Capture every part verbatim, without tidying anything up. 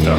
Kontra.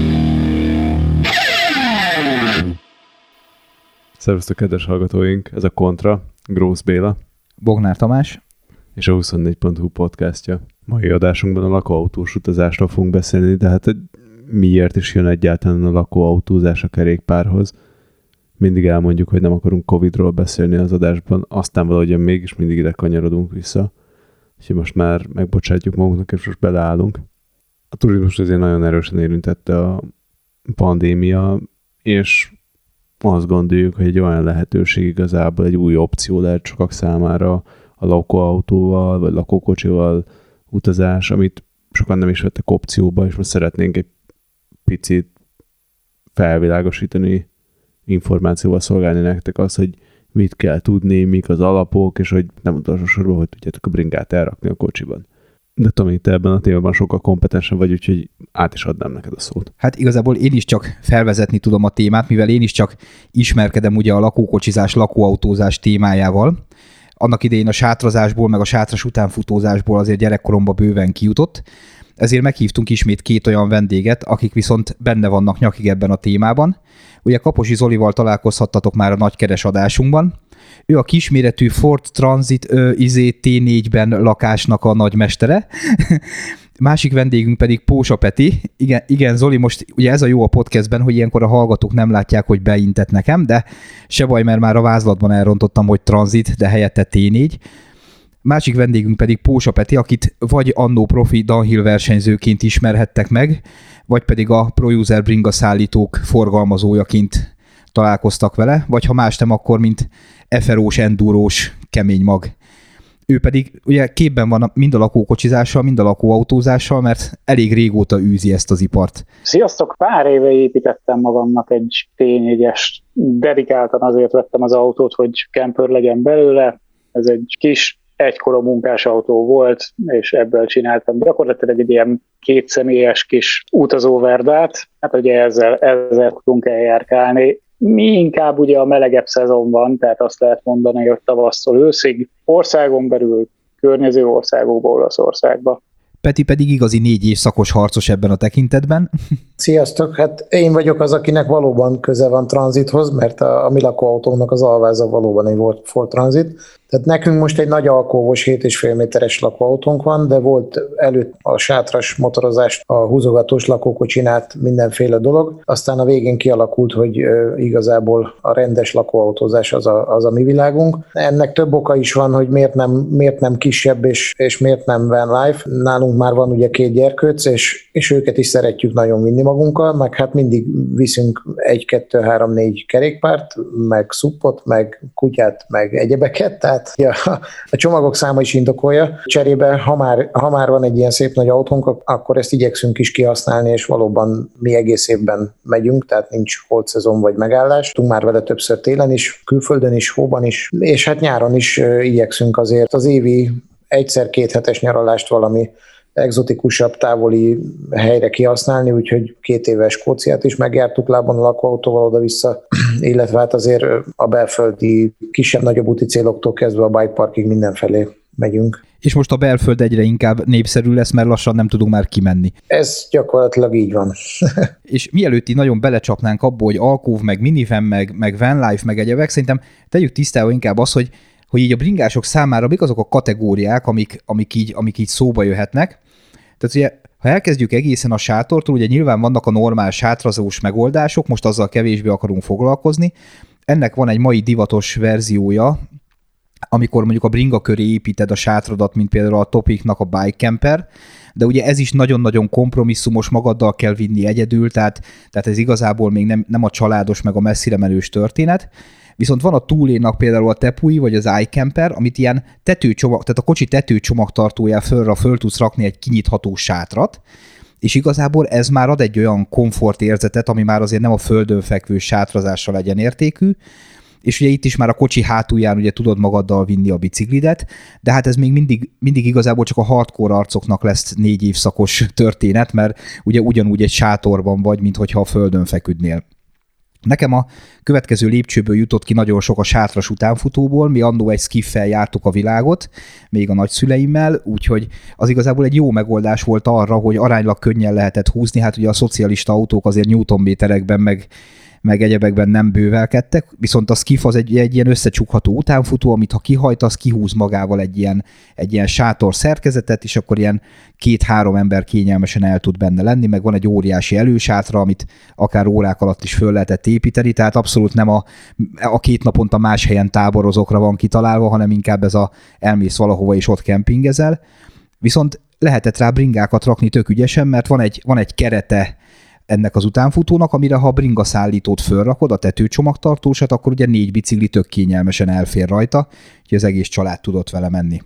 Szervusztok, kedves hallgatóink! Ez a Kontra, Grósz Béla, Bognár Tamás és a huszonnégy pont hu podcastja. Mai adásunkban a lakóautós utazásról fogunk beszélni, de hát miért is jön egyáltalán a lakóautózás a kerékpárhoz. Mindig elmondjuk, hogy nem akarunk Covidról beszélni az adásban, aztán valahogyan mégis mindig ide kanyarodunk vissza. Úgyhogy most már megbocsátjuk magunknak, és most beleállunk. A turizmus azért nagyon erősen érintette a pandémia, és azt gondoljuk, hogy egy olyan lehetőség igazából, egy új opció lehet sokak számára a lakóautóval, vagy lakókocsival utazás, amit sokan nem is vettek opcióba, és most szeretnénk egy picit felvilágosítani, információval szolgálni nektek azt, hogy mit kell tudni, mik az alapok, és hogy nem utolsó sorban, hogy tudjátok a bringát elrakni a kocsiban. De Tomi, te ebben a témában sokkal kompetensen vagy, úgyhogy át is adnám neked a szót. Hát igazából én is csak felvezetni tudom a témát, mivel én is csak ismerkedem ugye a lakókocsizás, lakóautózás témájával. Annak idején a sátrazásból, meg a sátras utánfutózásból azért gyerekkoromban bőven kijutott, ezért meghívtunk ismét két olyan vendéget, akik viszont benne vannak nyakig ebben a témában. Ugye Kaposi Zolival találkozhattatok már a nagykeres adásunkban. Ő a kisméretű Ford Transit ö, izé té négyben lakásnak a nagymestere. Másik vendégünk pedig Pósa Peti. Igen, igen, Zoli, most ugye ez a jó a podcastben, hogy ilyenkor a hallgatók nem látják, hogy beintett nekem, de se baj, mert már a vázlatban elrontottam, hogy Transit, de helyette té négy. Másik vendégünk pedig Pósa Peti, akit vagy annó profi downhill versenyzőként ismerhettek meg, vagy pedig a ProUser bringa szállítók forgalmazójaként találkoztak vele, vagy ha más nem, akkor mint ef er ó-s, endurós kemény mag. Ő pedig ugye képben van mind a lakókocsizással, mind a lakóautózással, mert elég régóta űzi ezt az ipart. Sziasztok! Pár éve építettem magamnak egy té négyest. Dedikáltan azért vettem az autót, hogy camper legyen belőle. Ez egy kis egykora munkás autó volt, és ebből csináltam gyakorlatilag egy ilyen kétszemélyes kis utazóverdát. Hát ugye ezzel, ezzel tudunk eljárkálni. Mi inkább ugye a melegebb szezon van, tehát azt lehet mondani, hogy tavasszal őszig, országon belül, környező országokba, Olaszországba. Peti pedig igazi négy évszakos harcos ebben a tekintetben. Sziasztok! Hát én vagyok az, akinek valóban köze van Transithoz, mert a, a mi lakóautónknak az alváza valóban egy volt Ford Transit. Tehát nekünk most egy nagy alkóvos hét és fél méteres lakóautónk van, de volt előtt a sátras motorozást, a húzogatós lakókocsinát, mindenféle dolog. Aztán a végén kialakult, hogy igazából a rendes lakóautózás az a, az a mi világunk. Ennek több oka is van, hogy miért nem, miért nem kisebb és, és miért nem van life. Nálunk már van ugye két gyerkőc, és, és őket is szeretjük nagyon vinni magunkkal, meg hát mindig viszünk egy, kettő, három, négy kerékpárt, meg szuppot, meg kutyát, meg egyebeket, tehát ja, a csomagok száma is indokolja. Cserébe, ha már, ha már van egy ilyen szép nagy autónk, akkor ezt igyekszünk is kihasználni, és valóban mi egész évben megyünk, tehát nincs holt szezon vagy megállás. Tudunk már vele többször télen is, külföldön is, hóban is, és hát nyáron is igyekszünk azért az évi egyszer-két hetes nyaralást valami egzotikusabb, távoli helyre kihasználni, úgyhogy két éves Skóciát is megjártuk lábon a lakóautóval oda-vissza, illetve hát azért a belföldi kisebb-nagyobb úti céloktól kezdve a bike parkig mindenfelé megyünk. És most a belföld egyre inkább népszerű lesz, mert lassan nem tudunk már kimenni. Ez gyakorlatilag így van. És mielőtt így nagyon belecsapnánk abba, hogy alkóv, meg minivan, meg, meg vanlife, meg egyebek, szerintem tegyük tisztába inkább az, hogy hogy így a bringások számára mik azok a kategóriák, amik, amik, így, amik így szóba jöhetnek. Tehát ugye, ha elkezdjük egészen a sátortól, ugye nyilván vannak a normál sátrazós megoldások, most azzal kevésbé akarunk foglalkozni. Ennek van egy mai divatos verziója, amikor mondjuk a bringa köré építed a sátradat, mint például a Topicnak a Bike Camper, de ugye ez is nagyon-nagyon kompromisszumos, magaddal kell vinni egyedül, tehát, tehát ez igazából még nem, nem a családos, meg a messzire menős történet. Viszont van a túlénak például a Tepui, vagy az iCamper, amit ilyen tetőcsomag, tehát a kocsi tetőcsomagtartójá fölre föl tudsz rakni egy kinyitható sátrat, és igazából ez már ad egy olyan komfortérzetet, ami már azért nem a földön fekvő sátrazással legyen értékű, és ugye itt is már a kocsi hátulján ugye tudod magaddal vinni a biciklidet, de hát ez még mindig, mindig igazából csak a hardcore arcoknak lesz négy évszakos történet, mert ugye ugyanúgy egy sátorban vagy, mint hogyha a földön feküdnél. Nekem a következő lépcsőből jutott ki nagyon sok a sátras utánfutóból, mi annó egy skiffel jártuk a világot, még a nagyszüleimmel, úgyhogy az igazából egy jó megoldás volt arra, hogy aránylag könnyen lehetett húzni, hát ugye a szocialista autók azért newtonméterekben meg meg egyebekben nem bővelkedtek, viszont a skiff az egy, egy ilyen összecsukható utánfutó, amit ha kihajtasz, kihúz magával egy ilyen, egy ilyen sátor szerkezetet, és akkor ilyen két-három ember kényelmesen el tud benne lenni, meg van egy óriási elősátra, amit akár órák alatt is föl lehetett építeni, tehát abszolút nem a, a két naponta más helyen táborozókra van kitalálva, hanem inkább ez a elmész valahova és ott kempingezel. Viszont lehetett rá bringákat rakni tök ügyesen, mert van egy, van egy kerete ennek az utánfutónak, amire ha a bringaszállítót fölrakod, a tetőcsomagtartósat, akkor ugye négy bicikli tök kényelmesen elfér rajta, úgyhogy az egész család tudott vele menni.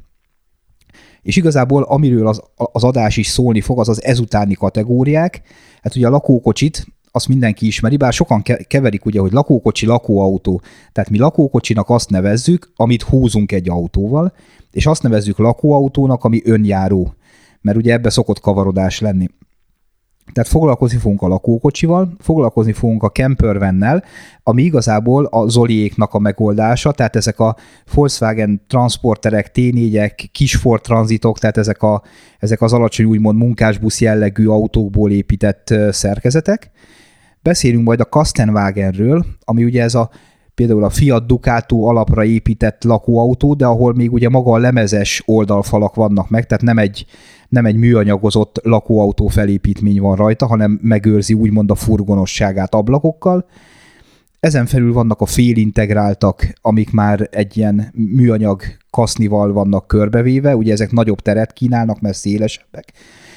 És igazából amiről az, az adás is szólni fog, az az ezutáni kategóriák. Hát ugye a lakókocsit, azt mindenki ismeri, bár sokan keverik ugye, hogy lakókocsi, lakóautó. Tehát mi lakókocsinak azt nevezzük, amit húzunk egy autóval, és azt nevezzük lakóautónak, ami önjáró. Mert ugye ebbe szokott kavarodás lenni. Tehát foglalkozni fogunk a lakókocsival, foglalkozni fogunk a campervannel, ami igazából a Zoliéknak a megoldása, tehát ezek a Volkswagen transporterek, té négyek, kis Ford Transitok, tehát ezek, a, ezek az alacsony úgymond munkásbusz jellegű autókból épített szerkezetek. Beszélünk majd a Kastenwagenről, ami ugye ez a például a Fiat Ducato alapra épített lakóautó, de ahol még ugye maga a lemezes oldalfalak vannak meg, tehát nem egy, nem egy műanyagozott lakóautó felépítmény van rajta, hanem megőrzi úgymond a furgonosságát ablakokkal. Ezen felül vannak a félintegráltak, amik már egy ilyen műanyag kasznival vannak körbevéve, ugye ezek nagyobb teret kínálnak, mert szélesebbek.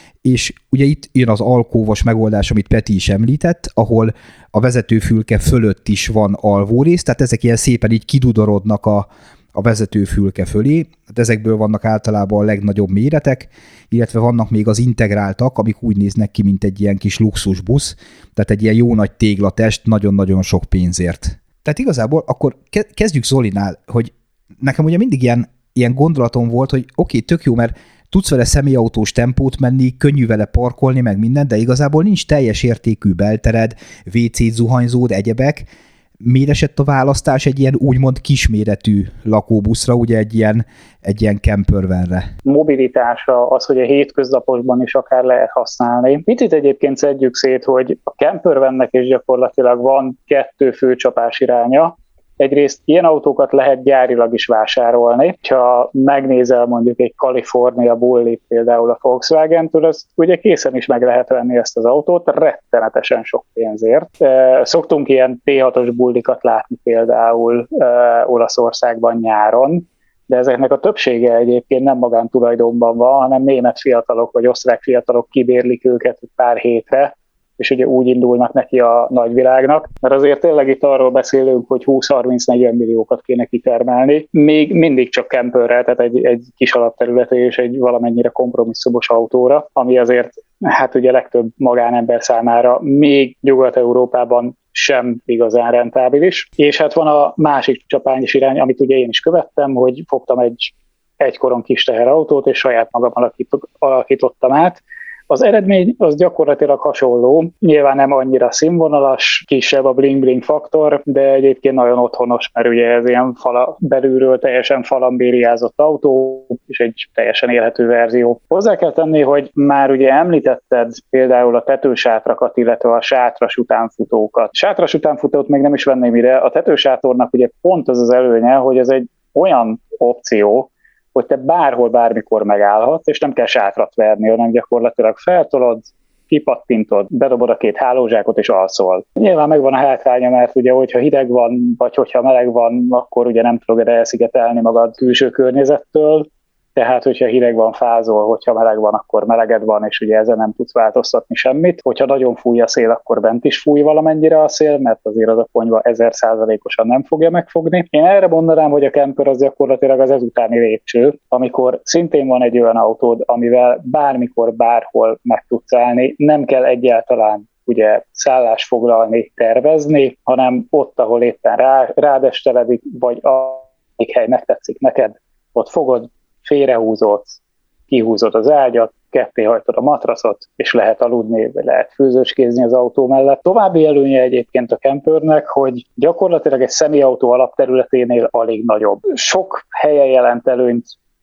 És ugye itt jön az alkóvos megoldás, amit Peti is említett, ahol a vezetőfülke fölött is van alvórész, tehát ezek ilyen szépen így kidudorodnak a, a vezetőfülke fölé, tehát ezekből vannak általában a legnagyobb méretek, illetve vannak még az integráltak, amik úgy néznek ki, mint egy ilyen kis luxusbusz, tehát egy ilyen jó nagy téglatest nagyon-nagyon sok pénzért. Tehát igazából akkor kezdjük Zolinál, hogy nekem ugye mindig ilyen, ilyen gondolatom volt, hogy oké, okay, tök jó, mert tudsz vele személyautós tempót menni, könnyű vele parkolni, meg minden, de igazából nincs teljes értékű beltered, vé cé zuhanyzód, egyebek. Miért esett a választás egy ilyen úgymond kisméretű lakóbuszra, ugye egy ilyen, egy ilyen campervanre? Mobilitása az, hogy a hétköznapokban is akár lehet használni. Picit egyébként szedjük szét, hogy a campervannek is gyakorlatilag van kettő fő csapásiránya. Egyrészt ilyen autókat lehet gyárilag is vásárolni. Ha megnézel mondjuk egy California Bullit például a Volkswagen-től, azt ugye készen is meg lehet venni ezt az autót, rettenetesen sok pénzért. Szoktunk ilyen té hatos Bullikat látni például Olaszországban nyáron, de ezeknek a többsége egyébként nem magántulajdonban van, hanem német fiatalok vagy osztrák fiatalok kibérlik őket pár hétre, és ugye úgy indulnak neki a nagyvilágnak, mert azért tényleg itt arról beszélünk, hogy húsz-harminc-negyven milliókat kéne kitermelni, még mindig csak camperrel, tehát egy, egy kis alapterületre és egy valamennyire kompromisszumos autóra, ami azért hát ugye legtöbb magánember számára még Nyugat-Európában sem igazán rentábilis. És hát van a másik csapányos irány, amit ugye én is követtem, hogy fogtam egy egykoron kis teherautót, és saját magam alakítottam át. Az eredmény az gyakorlatilag hasonló, nyilván nem annyira színvonalas, kisebb a bling-bling faktor, de egyébként nagyon otthonos, mert ugye ez ilyen fala, belülről teljesen falambériázott autó, és egy teljesen élhető verzió. Hozzá kell tenni, hogy már ugye említetted például a tetősátrakat, illetve a sátras utánfutókat. Sátras utánfutót még nem is venném ide, a tetősátornak ugye pont az az előnye, hogy ez egy olyan opció, hogy te bárhol, bármikor megállhatsz, és nem kell sátrat verni, hanem gyakorlatilag feltolod, kipattintod, bedobod a két hálózsákot, és alszol. Nyilván megvan a hátránya, mert ugye, hogyha hideg van, vagy hogyha meleg van, akkor ugye nem tudod elszigetelni magad külső környezettől, tehát, hogyha hideg van, fázol, hogyha meleg van, akkor meleged van, és ugye ezen nem tudsz változtatni semmit. Hogyha nagyon fúj a szél, akkor bent is fúj valamennyire a szél, mert azért az a ponyva ezer százalékosan nem fogja megfogni. Én erre mondanám, hogy a camper az gyakorlatilag az ezutáni lépcső, amikor szintén van egy olyan autód, amivel bármikor, bárhol meg tudsz állni, nem kell egyáltalán ugye szállást foglalni, tervezni, hanem ott, ahol éppen rá, rádesteledik, vagy amelyik hely megtetszik neked, ott fogod, félrehúzódsz, kihúzod az ágyat, ketté hajtod a matracot, és lehet aludni, vagy lehet főzőskézni az autó mellett. További előnye egyébként a campernek, hogy gyakorlatilag egy személyautó alapterületénél alig nagyobb. Sok helyen jelent előnyt,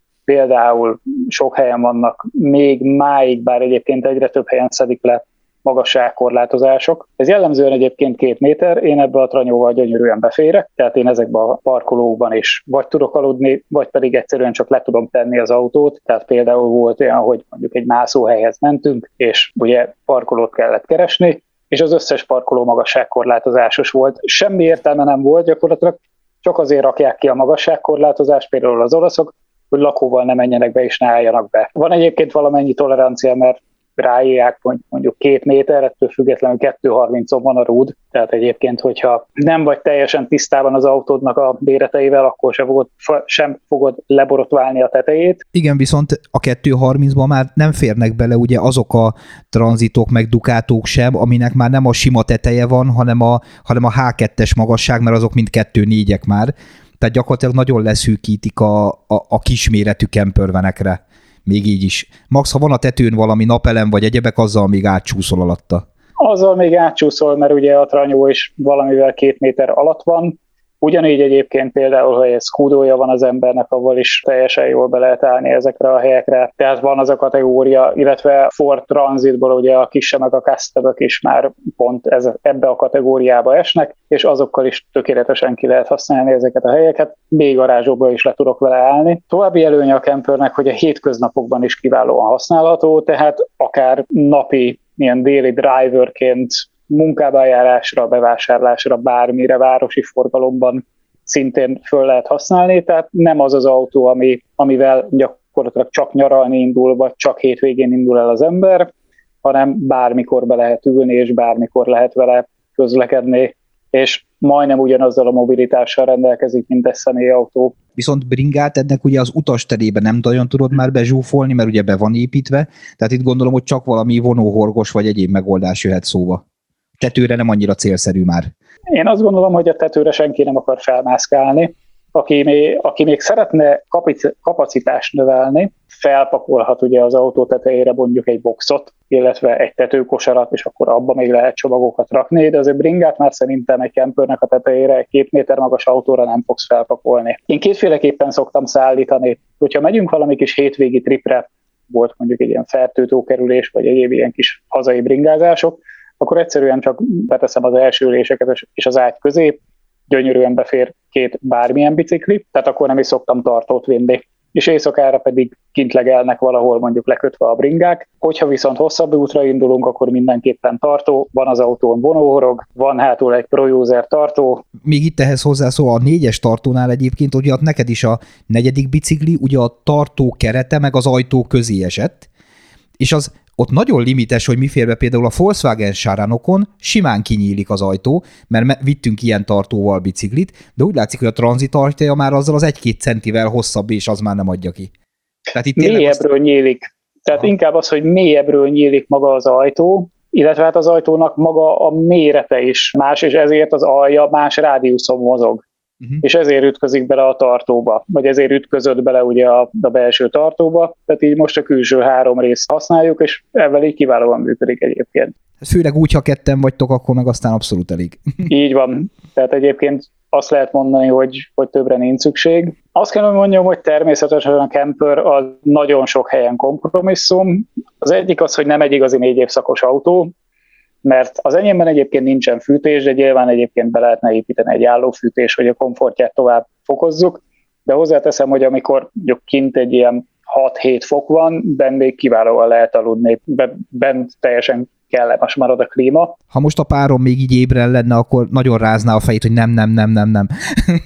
például sok helyen vannak még máig, bár egyébként egyre több helyen szedik le magasságkorlátozások. Ez jellemzően egyébként két méter, én ebbe a tranyóval gyönyörűen beférek, tehát én ezekben a parkolókban is vagy tudok aludni, vagy pedig egyszerűen csak le tudom tenni az autót. Tehát például volt olyan, hogy mondjuk egy mászóhelyhez mentünk, és ugye parkolót kellett keresni, és az összes parkoló magasságkorlátozásos volt. Semmi értelme nem volt gyakorlatilag, csak azért rakják ki a magasságkorlátozást, például az olaszok, hogy lakóval ne menjenek be és ne álljanak be. Van egyébként valamennyi tolerancia, mert ráírják mondjuk két méter, ettől függetlenül kettő harmincon van a rúd, tehát egyébként, hogyha nem vagy teljesen tisztában az autódnak a méreteivel, akkor sem fogod, sem fogod leborotválni a tetejét. Igen, viszont a kettő harmincban már nem férnek bele ugye azok a tranzitok meg dukátók sem, aminek már nem a sima teteje van, hanem a, hanem a há kettes magasság, mert azok mind kettő négyek már, tehát gyakorlatilag nagyon leszűkítik a, a, a kisméretű campervanekre. Még így is. Max, ha van a tetőn valami napelem vagy egyebek, azzal még átcsúszol alatta. Azzal még átcsúszol, mert ugye a tranyó is valamivel két méter alatt van. Ugyanígy egyébként például, hogy egy Scudója van az embernek, avval is teljesen jól be lehet állni ezekre a helyekre. Tehát van az a kategória, illetve Ford Transitból ugye a kisebb meg a custom-ök is már pont ez, ebbe a kategóriába esnek, és azokkal is tökéletesen ki lehet használni ezeket a helyeket. Még garázsokba is le tudok vele állni. További előnye a campernek, hogy a hétköznapokban is kiválóan használható, tehát akár napi ilyen déli driverként munkába járásra, bevásárlásra, bármire, városi forgalomban szintén föl lehet használni, tehát nem az az autó, ami, amivel gyakorlatilag csak nyaralni indul, vagy csak hétvégén indul el az ember, hanem bármikor be lehet ülni, és bármikor lehet vele közlekedni, és majdnem ugyanazzal a mobilitással rendelkezik, mint egy személyautó. Viszont bringát ennek ugye az utasterébe nem nagyon tudod már bezsúfolni, mert ugye be van építve, tehát itt gondolom, hogy csak valami vonóhorgos vagy egyéb megoldás jöhet szóba. Tetőre nem annyira célszerű már. Én azt gondolom, hogy a tetőre senki nem akar felmászkálni. Aki még, aki még szeretne kapacitást növelni, felpakolhat ugye az autó tetejére mondjuk egy boxot, illetve egy tetőkosarat, és akkor abba még lehet csomagokat rakni, de azért bringát már szerintem egy campernek a tetejére egy két méter magas autóra nem fogsz felpakolni. Én kétféleképpen szoktam szállítani, hogyha megyünk valami kis hétvégi tripre, volt mondjuk egy ilyen fertőtókerülés, vagy egyéb ilyen kis hazai bringázások, akkor egyszerűen csak beteszem az első üléseket és az ágy közé, gyönyörűen befér két bármilyen bicikli, tehát akkor nem is szoktam tartót vinni. És éjszakára pedig kint legelnek valahol mondjuk lekötve a bringák. Hogyha viszont hosszabb útra indulunk, akkor mindenképpen tartó, van az autón vonóhorog, van hátul egy ProUser tartó. Még itt ehhez hozzászól a négyes tartónál egyébként, ugye neked is a negyedik bicikli, ugye a tartó kerete meg az ajtó közé esett, és az ott nagyon limites, hogy mi fér be, például a Volkswagen Charanokon simán kinyílik az ajtó, mert vittünk ilyen tartóval biciklit, de úgy látszik, hogy a tranzit ajtaja már azzal az egy-két centivel hosszabb, és az már nem adja ki. Tehát itt mélyebbről azt... nyílik. Tehát Aha. inkább az, hogy mélyebbről nyílik maga az ajtó, illetve hát az ajtónak maga a mérete is más, és ezért az alja más rádiuszon mozog. Uh-huh. És ezért ütközik bele a tartóba, vagy ezért ütközött bele ugye a, a belső tartóba, tehát így most a külső három részt használjuk, és ebben így kiválóan működik egyébként. Főleg úgy, ha ketten vagytok, akkor meg aztán abszolút elég. Így van, tehát egyébként azt lehet mondani, hogy, hogy többre nincs szükség. Azt kell, hogy mondjam, hogy természetesen a camper az nagyon sok helyen kompromisszum. Az egyik az, hogy nem egy igazi négy évszakos autó, mert az enyémben egyébként nincsen fűtés, de nyilván egyébként be lehetne építeni egy állófűtés, hogy a komfortját tovább fokozzuk, de hozzáteszem, hogy amikor kint egy ilyen hat-hét fok van, bent még kiválóan lehet aludni, bent teljesen kellemes marad a klíma. Ha most a párom még így ébren lenne, akkor nagyon rázná a fejét, hogy nem, nem, nem, nem, nem.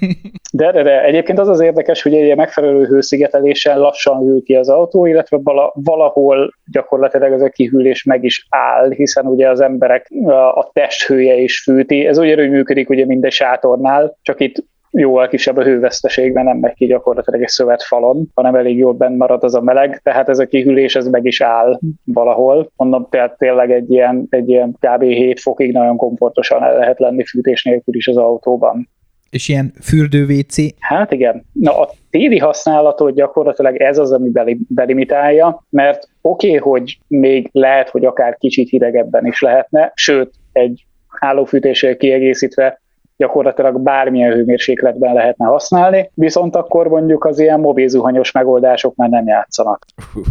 De, de, de egyébként az az érdekes, hogy egy megfelelő hőszigetelésen lassan hűl ki az autó, illetve valahol gyakorlatilag ez a kihűlés meg is áll, hiszen ugye az emberek a testhője is fűti. Ez ugyanúgy működik ugye minden sátornál, csak itt jóval kisebb a hőveszteségben, nem megy ki gyakorlatilag egy szövetfalon, hanem elég jól bent marad az a meleg, tehát ez a kihűlés ez meg is áll valahol. Mondom, tehát tényleg egy ilyen, egy ilyen kb. hét fokig nagyon komfortosan el lehet lenni fűtés nélkül is az autóban. És ilyen fürdő-vécé? Hát igen. Na, a téli használatot gyakorlatilag ez az, ami belimitálja, mert oké, okay, hogy még lehet, hogy akár kicsit hidegebben is lehetne, sőt, egy hálófűtéssel kiegészítve gyakorlatilag bármilyen hőmérsékletben lehetne használni, viszont akkor mondjuk az ilyen mobilzuhanyos megoldások már nem játszanak.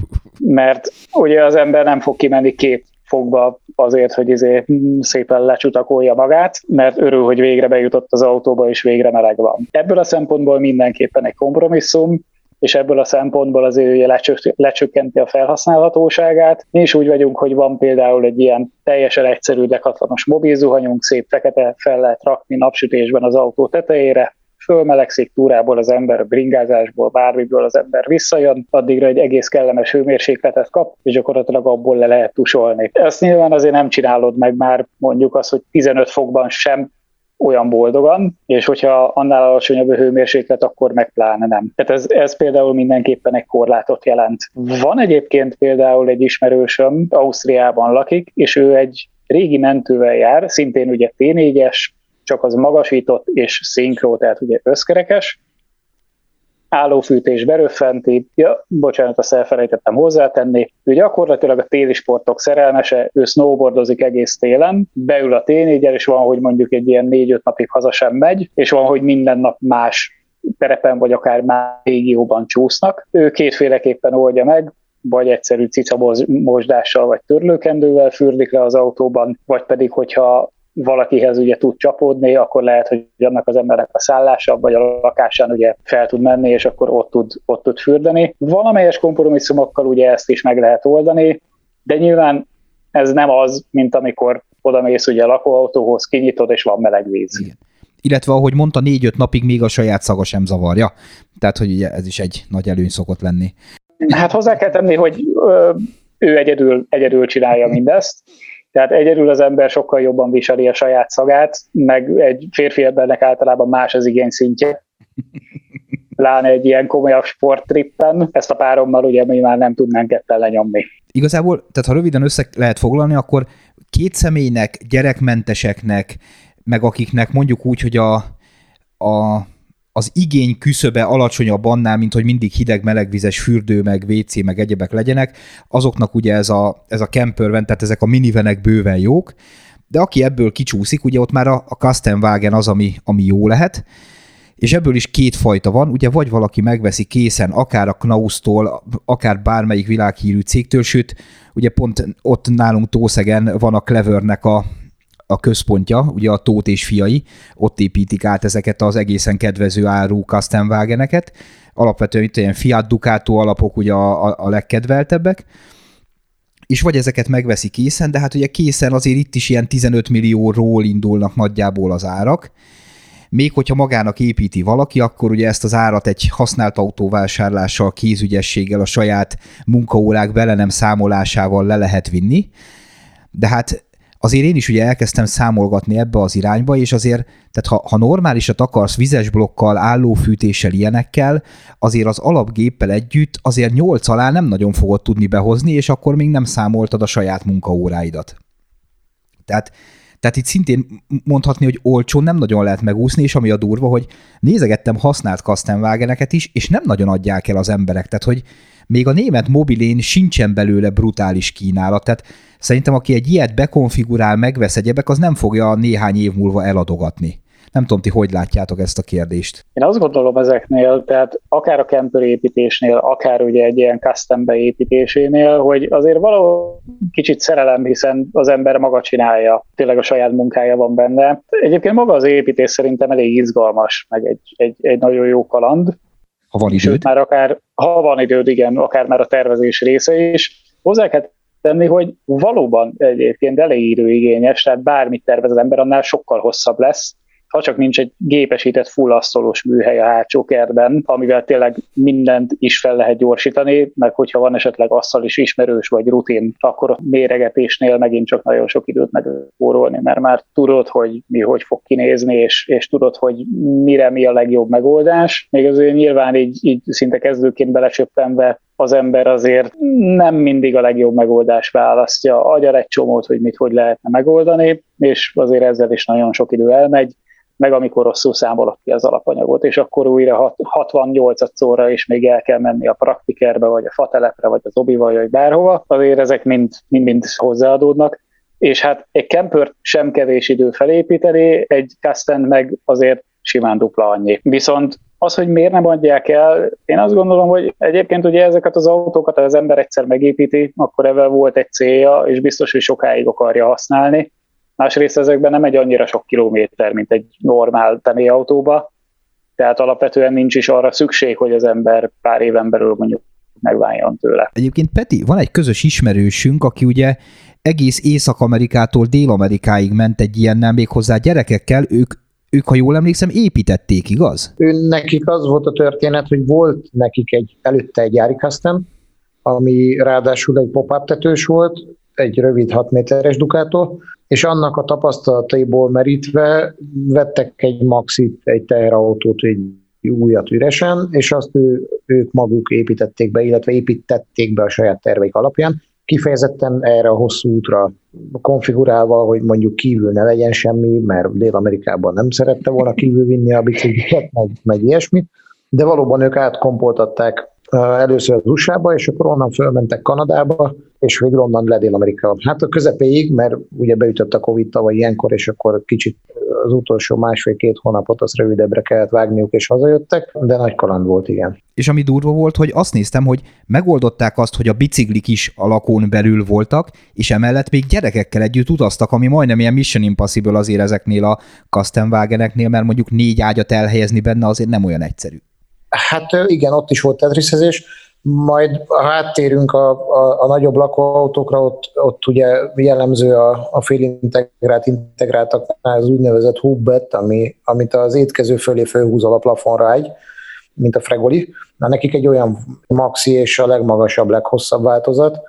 Mert ugye az ember nem fog kimenni két fogba azért, hogy izé szépen lecsutakolja magát, mert örül, hogy végre bejutott az autóba, és végre meleg van. Ebből a szempontból mindenképpen egy kompromisszum, és ebből a szempontból azért ugye lecsök, lecsökkenti a felhasználhatóságát. Mi is úgy vagyunk, hogy van például egy ilyen teljesen egyszerű dekatlanos mobilzuhanyunk, szép fekete, fel lehet rakni napsütésben az autó tetejére, fölmelegszik, túrából az ember, bringázásból, bármiből az ember visszajön, addigra egy egész kellemes hőmérsékletet kap, és gyakorlatilag abból le lehet tusolni. Ezt nyilván azért nem csinálod meg már mondjuk az, hogy tizenöt fokban sem olyan boldogan, és hogyha annál alacsonyabb a hőmérséklet, akkor meg pláne nem. Tehát ez, ez például mindenképpen egy korlátot jelent. Van egyébként például egy ismerősöm, Ausztriában lakik, és ő egy régi mentővel jár, szintén ugye té négyes, csak az magasított és szinkró, tehát ugye összkerekes, állófűtés beröffenti, ja, bocsánat, azt elfelejtettem hozzátenni, ő gyakorlatilag a téli sportok szerelmese, ő snowboardozik egész télen, beül a té négyen, és van, hogy mondjuk egy ilyen négy-öt napig haza sem megy, és van, hogy minden nap más terepen, vagy akár más régióban csúsznak. Ő kétféleképpen oldja meg, vagy egyszerű cicamosdással, vagy törlőkendővel fürdik le az autóban, vagy pedig, hogyha valakihez ugye tud csapódni, akkor lehet, hogy annak az embernek a szállása, vagy a lakásán ugye fel tud menni, és akkor ott tud, ott tud fürdeni. Valamelyes kompromisszumokkal ugye ezt is meg lehet oldani, de nyilván ez nem az, mint amikor odamész ugye a lakóautóhoz, kinyitod, és van meleg víz. Igen. Illetve, ahogy mondta, négy-öt napig még a saját szaga sem zavarja. Tehát, hogy ugye ez is egy nagy előny szokott lenni. Hát hozzá kell tenni, hogy ö, ő egyedül, egyedül csinálja mindezt. Tehát egyedül az ember sokkal jobban viseli a saját szagát, meg egy férfi embernek általában más az igényszintje. Pláne egy ilyen komolyabb sporttrippen, ezt a párommal ugye mi már nem tudnánk ketten lenyomni. Igazából, tehát ha röviden össze lehet foglalni, akkor két személynek, gyerekmenteseknek, meg akiknek mondjuk úgy, hogy a, a, az igény küszöbe alacsonyabb annál, mint hogy mindig hideg-melegvizes fürdő, meg vé cé, meg egyebek legyenek, azoknak ugye ez a, ez a campervan, tehát ezek a minivanek bőven jók, de aki ebből kicsúszik, ugye ott már a, a custom wagon az, ami, ami jó lehet, és ebből is két fajta van, ugye vagy valaki megveszi készen, akár a Knaus-tól, akár bármelyik világhírű cégtől, sőt, ugye pont ott nálunk Tószegen van a Clevernek a a központja, ugye a Tóth és fiai, ott építik át ezeket az egészen kedvező árú custom wagoneket. Alapvetően itt ilyen Fiat Ducato alapok ugye a, a, a legkedveltebbek, és vagy ezeket megveszi készen, de hát ugye készen azért itt is ilyen tizenöt millióról indulnak nagyjából az árak. Még hogyha magának építi valaki, akkor ugye ezt az árat egy használt autóvásárlással, kézügyességgel, a saját munkaórák vele nem számolásával le lehet vinni. De hát azért én is ugye elkezdtem számolgatni ebbe az irányba, és azért, tehát ha, ha normálisat akarsz vizes blokkal, állófűtéssel, ilyenekkel, azért az alapgéppel együtt azért nyolc alá nem nagyon fogod tudni behozni, és akkor még nem számoltad a saját munkaóráidat. Tehát, tehát itt szintén mondhatni, hogy olcsón nem nagyon lehet megúszni, és ami a durva, hogy nézegettem használt custom wagoneket is, és nem nagyon adják el az emberek, tehát hogy még a német mobilén sincsen belőle brutális kínálat, tehát szerintem aki egy ilyet bekonfigurál, megvesz egyebek, az nem fogja néhány év múlva eladogatni. Nem tudom, ti hogy látjátok ezt a kérdést? Én azt gondolom ezeknél, tehát akár a camper építésnél, akár ugye egy ilyen custom beépítésénél, hogy azért valahol kicsit szerelem, hiszen az ember maga csinálja, tényleg a saját munkája van benne. Egyébként maga az építés szerintem elég izgalmas, meg egy, egy, egy nagyon jó kaland. Ha van időd. Sőt, már akár, ha van időd, igen, akár már a tervezés része is. Hozzá kell tenni, hogy valóban egyébként elég időigényes, tehát bármit tervez az ember, annál sokkal hosszabb lesz, ha csak nincs egy gépesített full asztalos műhely a hátsó kertben, amivel tényleg mindent is fel lehet gyorsítani, meg hogyha van esetleg asztal is ismerős vagy rutin, akkor a méregetésnél megint csak nagyon sok időt megspórolni, mert már tudod, hogy mi hogy fog kinézni, és, és tudod, hogy mire mi a legjobb megoldás. Még azért nyilván így, így szinte kezdőként belecsöppenve az ember azért nem mindig a legjobb megoldást választja, agyal egy csomót, hogy mit hogy lehetne megoldani, és azért ezzel is nagyon sok idő elmegy. meg amikor rosszul számolod ki az alapanyagot, és akkor újra hatvannyolcadszorra is még el kell menni a praktikerbe, vagy a fatelepre, vagy az obiba, vagy bárhova, azért ezek mind, mind, mind hozzáadódnak. És hát egy campert sem kevés idő felépíteni, egy custom meg azért simán dupla annyi. Viszont az, hogy miért nem adják el, én azt gondolom, hogy egyébként ugye ezeket az autókat, ha az ember egyszer megépíti, akkor ebben volt egy célja, és biztos, hogy sokáig akarja használni. Másrészt ezekben nem egy annyira sok kilométer, mint egy normál személyautóba, tehát alapvetően nincs is arra szükség, hogy az ember pár éven belül mondjuk megváljon tőle. Egyébként Peti, van egy közös ismerősünk, aki ugye egész Észak-Amerikától Dél-Amerikáig ment egy ilyennel, méghozzá gyerekekkel, ők, ők, ha jól emlékszem, építették, igaz? Ő, nekik az volt a történet, hogy volt nekik egy, előtte egy gyári custom, ami ráadásul egy pop-up tetős volt, egy rövid hat méteres Ducato, és annak a tapasztalataiból merítve vettek egy Maxit, egy teherautót, egy újat üresen, és azt ő, ők maguk építették be, illetve építették be a saját terveik alapján, kifejezetten erre a hosszú útra konfigurálva, hogy mondjuk kívül ne legyen semmi, mert Dél-Amerikában nem szerette volna kívül vinni a bicikliket, meg, meg ilyesmit, de valóban ők átkompoltatták először az u es á-ba, és akkor onnan fölmentek Kanadába, és végül onnan le Dél-Amerika. Hát a közepéig, mert ugye beütött a Covid tavaly ilyenkor, és akkor kicsit az utolsó másfél-két hónapot az rövidebbre kellett vágniuk, és hazajöttek, de nagy kaland volt, igen. És ami durva volt, hogy azt néztem, hogy megoldották azt, hogy a biciklik is a lakón belül voltak, és emellett még gyerekekkel együtt utaztak, ami majdnem ilyen Mission Impossible azért ezeknél a custom wagoneknél, mert mondjuk négy ágyat elhelyezni benne azért nem olyan egyszerű. Hát igen, ott is volt tetriszezés, majd ha áttérünk a, a, a nagyobb lakóautókra, ott, ott ugye jellemző a, a félintegrált integráltaknál az úgynevezett hubbet, ami, amit az étkező fölé fölhúzol a plafonra egy, mint a Fregoli. Na, nekik egy olyan maxi és a legmagasabb, leghosszabb változat,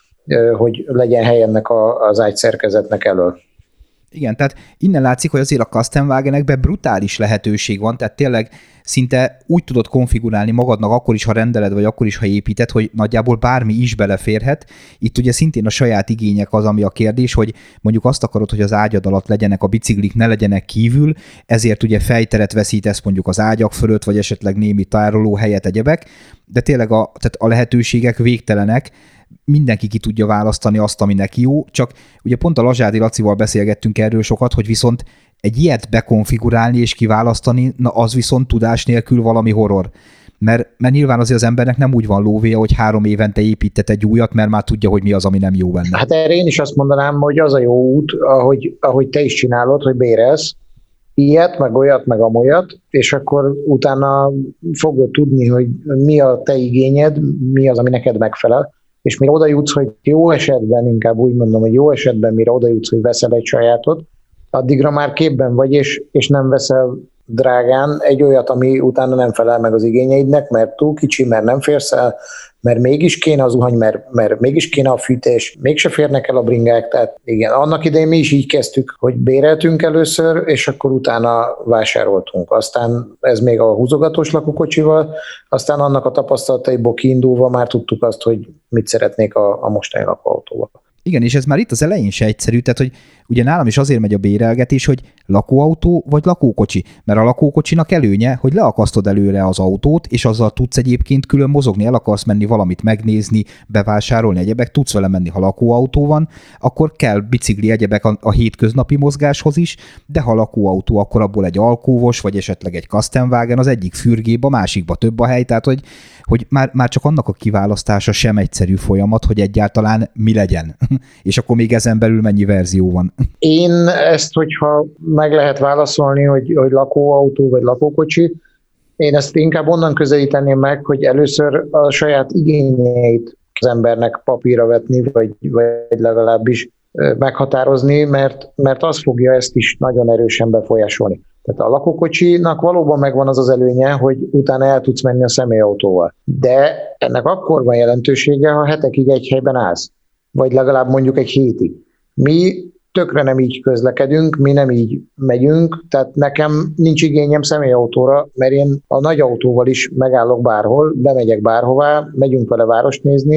hogy legyen hely ennek a, az ágyszerkezetnek elől. Igen, tehát innen látszik, hogy azért a custom wagonekben brutális lehetőség van, tehát tényleg szinte úgy tudod konfigurálni magadnak akkor is, ha rendeled, vagy akkor is, ha építed, hogy nagyjából bármi is beleférhet. Itt ugye szintén a saját igények az, ami a kérdés, hogy mondjuk azt akarod, hogy az ágyad alatt legyenek a biciklik, ne legyenek kívül, ezért ugye fejteret veszítesz mondjuk az ágyak fölött, vagy esetleg némi tároló helyet, egyebek, de tényleg a, tehát a lehetőségek végtelenek, mindenki ki tudja választani azt, ami neki jó, csak ugye pont a Lazsádi Lacival beszélgettünk erről sokat, hogy viszont egy ilyet bekonfigurálni és kiválasztani, na az viszont tudás nélkül valami horror. Mert, mert nyilván azért az embernek nem úgy van lóvéja, hogy három évente építet egy újat, mert már tudja, hogy mi az, ami nem jó benne. Hát erre én is azt mondanám, hogy az a jó út, ahogy, ahogy te is csinálod, hogy bérelsz ilyet, meg olyat, meg amolyat, és akkor utána fogod tudni, hogy mi a te igényed, mi az, ami neked megfelel. És mire oda jutsz, hogy jó esetben, inkább úgy mondom, hogy jó esetben, mire oda jutsz, hogy veszel egy sajátot, addigra már képben vagy, és, és nem veszel drágán egy olyat, ami utána nem felel meg az igényeidnek, mert túl kicsi, mert nem férsz el, mert mégis kéne az zuhany, mert, mert mégis kéne a fűtés, mégse férnek el a bringák, tehát igen, annak idején mi is így kezdtük, hogy béreltünk először, és akkor utána vásároltunk. Aztán ez még a húzogatós lakókocsival, aztán annak a tapasztalataiból kiindulva már tudtuk azt, hogy mit szeretnék a, a mostani lakóautóval. Igen, és ez már itt az elején se egyszerű, tehát hogy ugye nálam is azért megy a bérelgetés, hogy lakóautó vagy lakókocsi, mert a lakókocsinak előnye, hogy leakasztod előre az autót, és azzal tudsz egyébként külön mozogni, el akarsz menni valamit megnézni, bevásárolni egyebek, tudsz vele menni, ha lakóautó van, akkor kell bicikli egyebek a, a hétköznapi mozgáshoz is, de ha lakóautó, akkor abból egy alkóvos, vagy esetleg egy custom wagon, az egyik fürgébe, a másikba több a hely, tehát hogy, hogy már, már csak annak a kiválasztása sem egyszerű folyamat, hogy egyáltalán mi legyen. És akkor még ezen belül mennyi verzió van. Én ezt, hogyha meg lehet válaszolni, hogy, hogy lakóautó vagy lakókocsi, én ezt inkább onnan közelíteném meg, hogy először a saját igényeit az embernek papírra vetni, vagy, vagy legalábbis meghatározni, mert, mert az fogja ezt is nagyon erősen befolyásolni. Tehát a lakókocsinak valóban megvan az az előnye, hogy utána el tudsz menni a személyautóval. De ennek akkor van jelentősége, ha hetekig egy helyben állsz, vagy legalább mondjuk egy hétig. Mi tökre nem így közlekedünk, mi nem így megyünk, tehát nekem nincs igényem személyautóra, mert én a nagy autóval is megállok bárhol, bemegyek bárhová, megyünk vele várost nézni,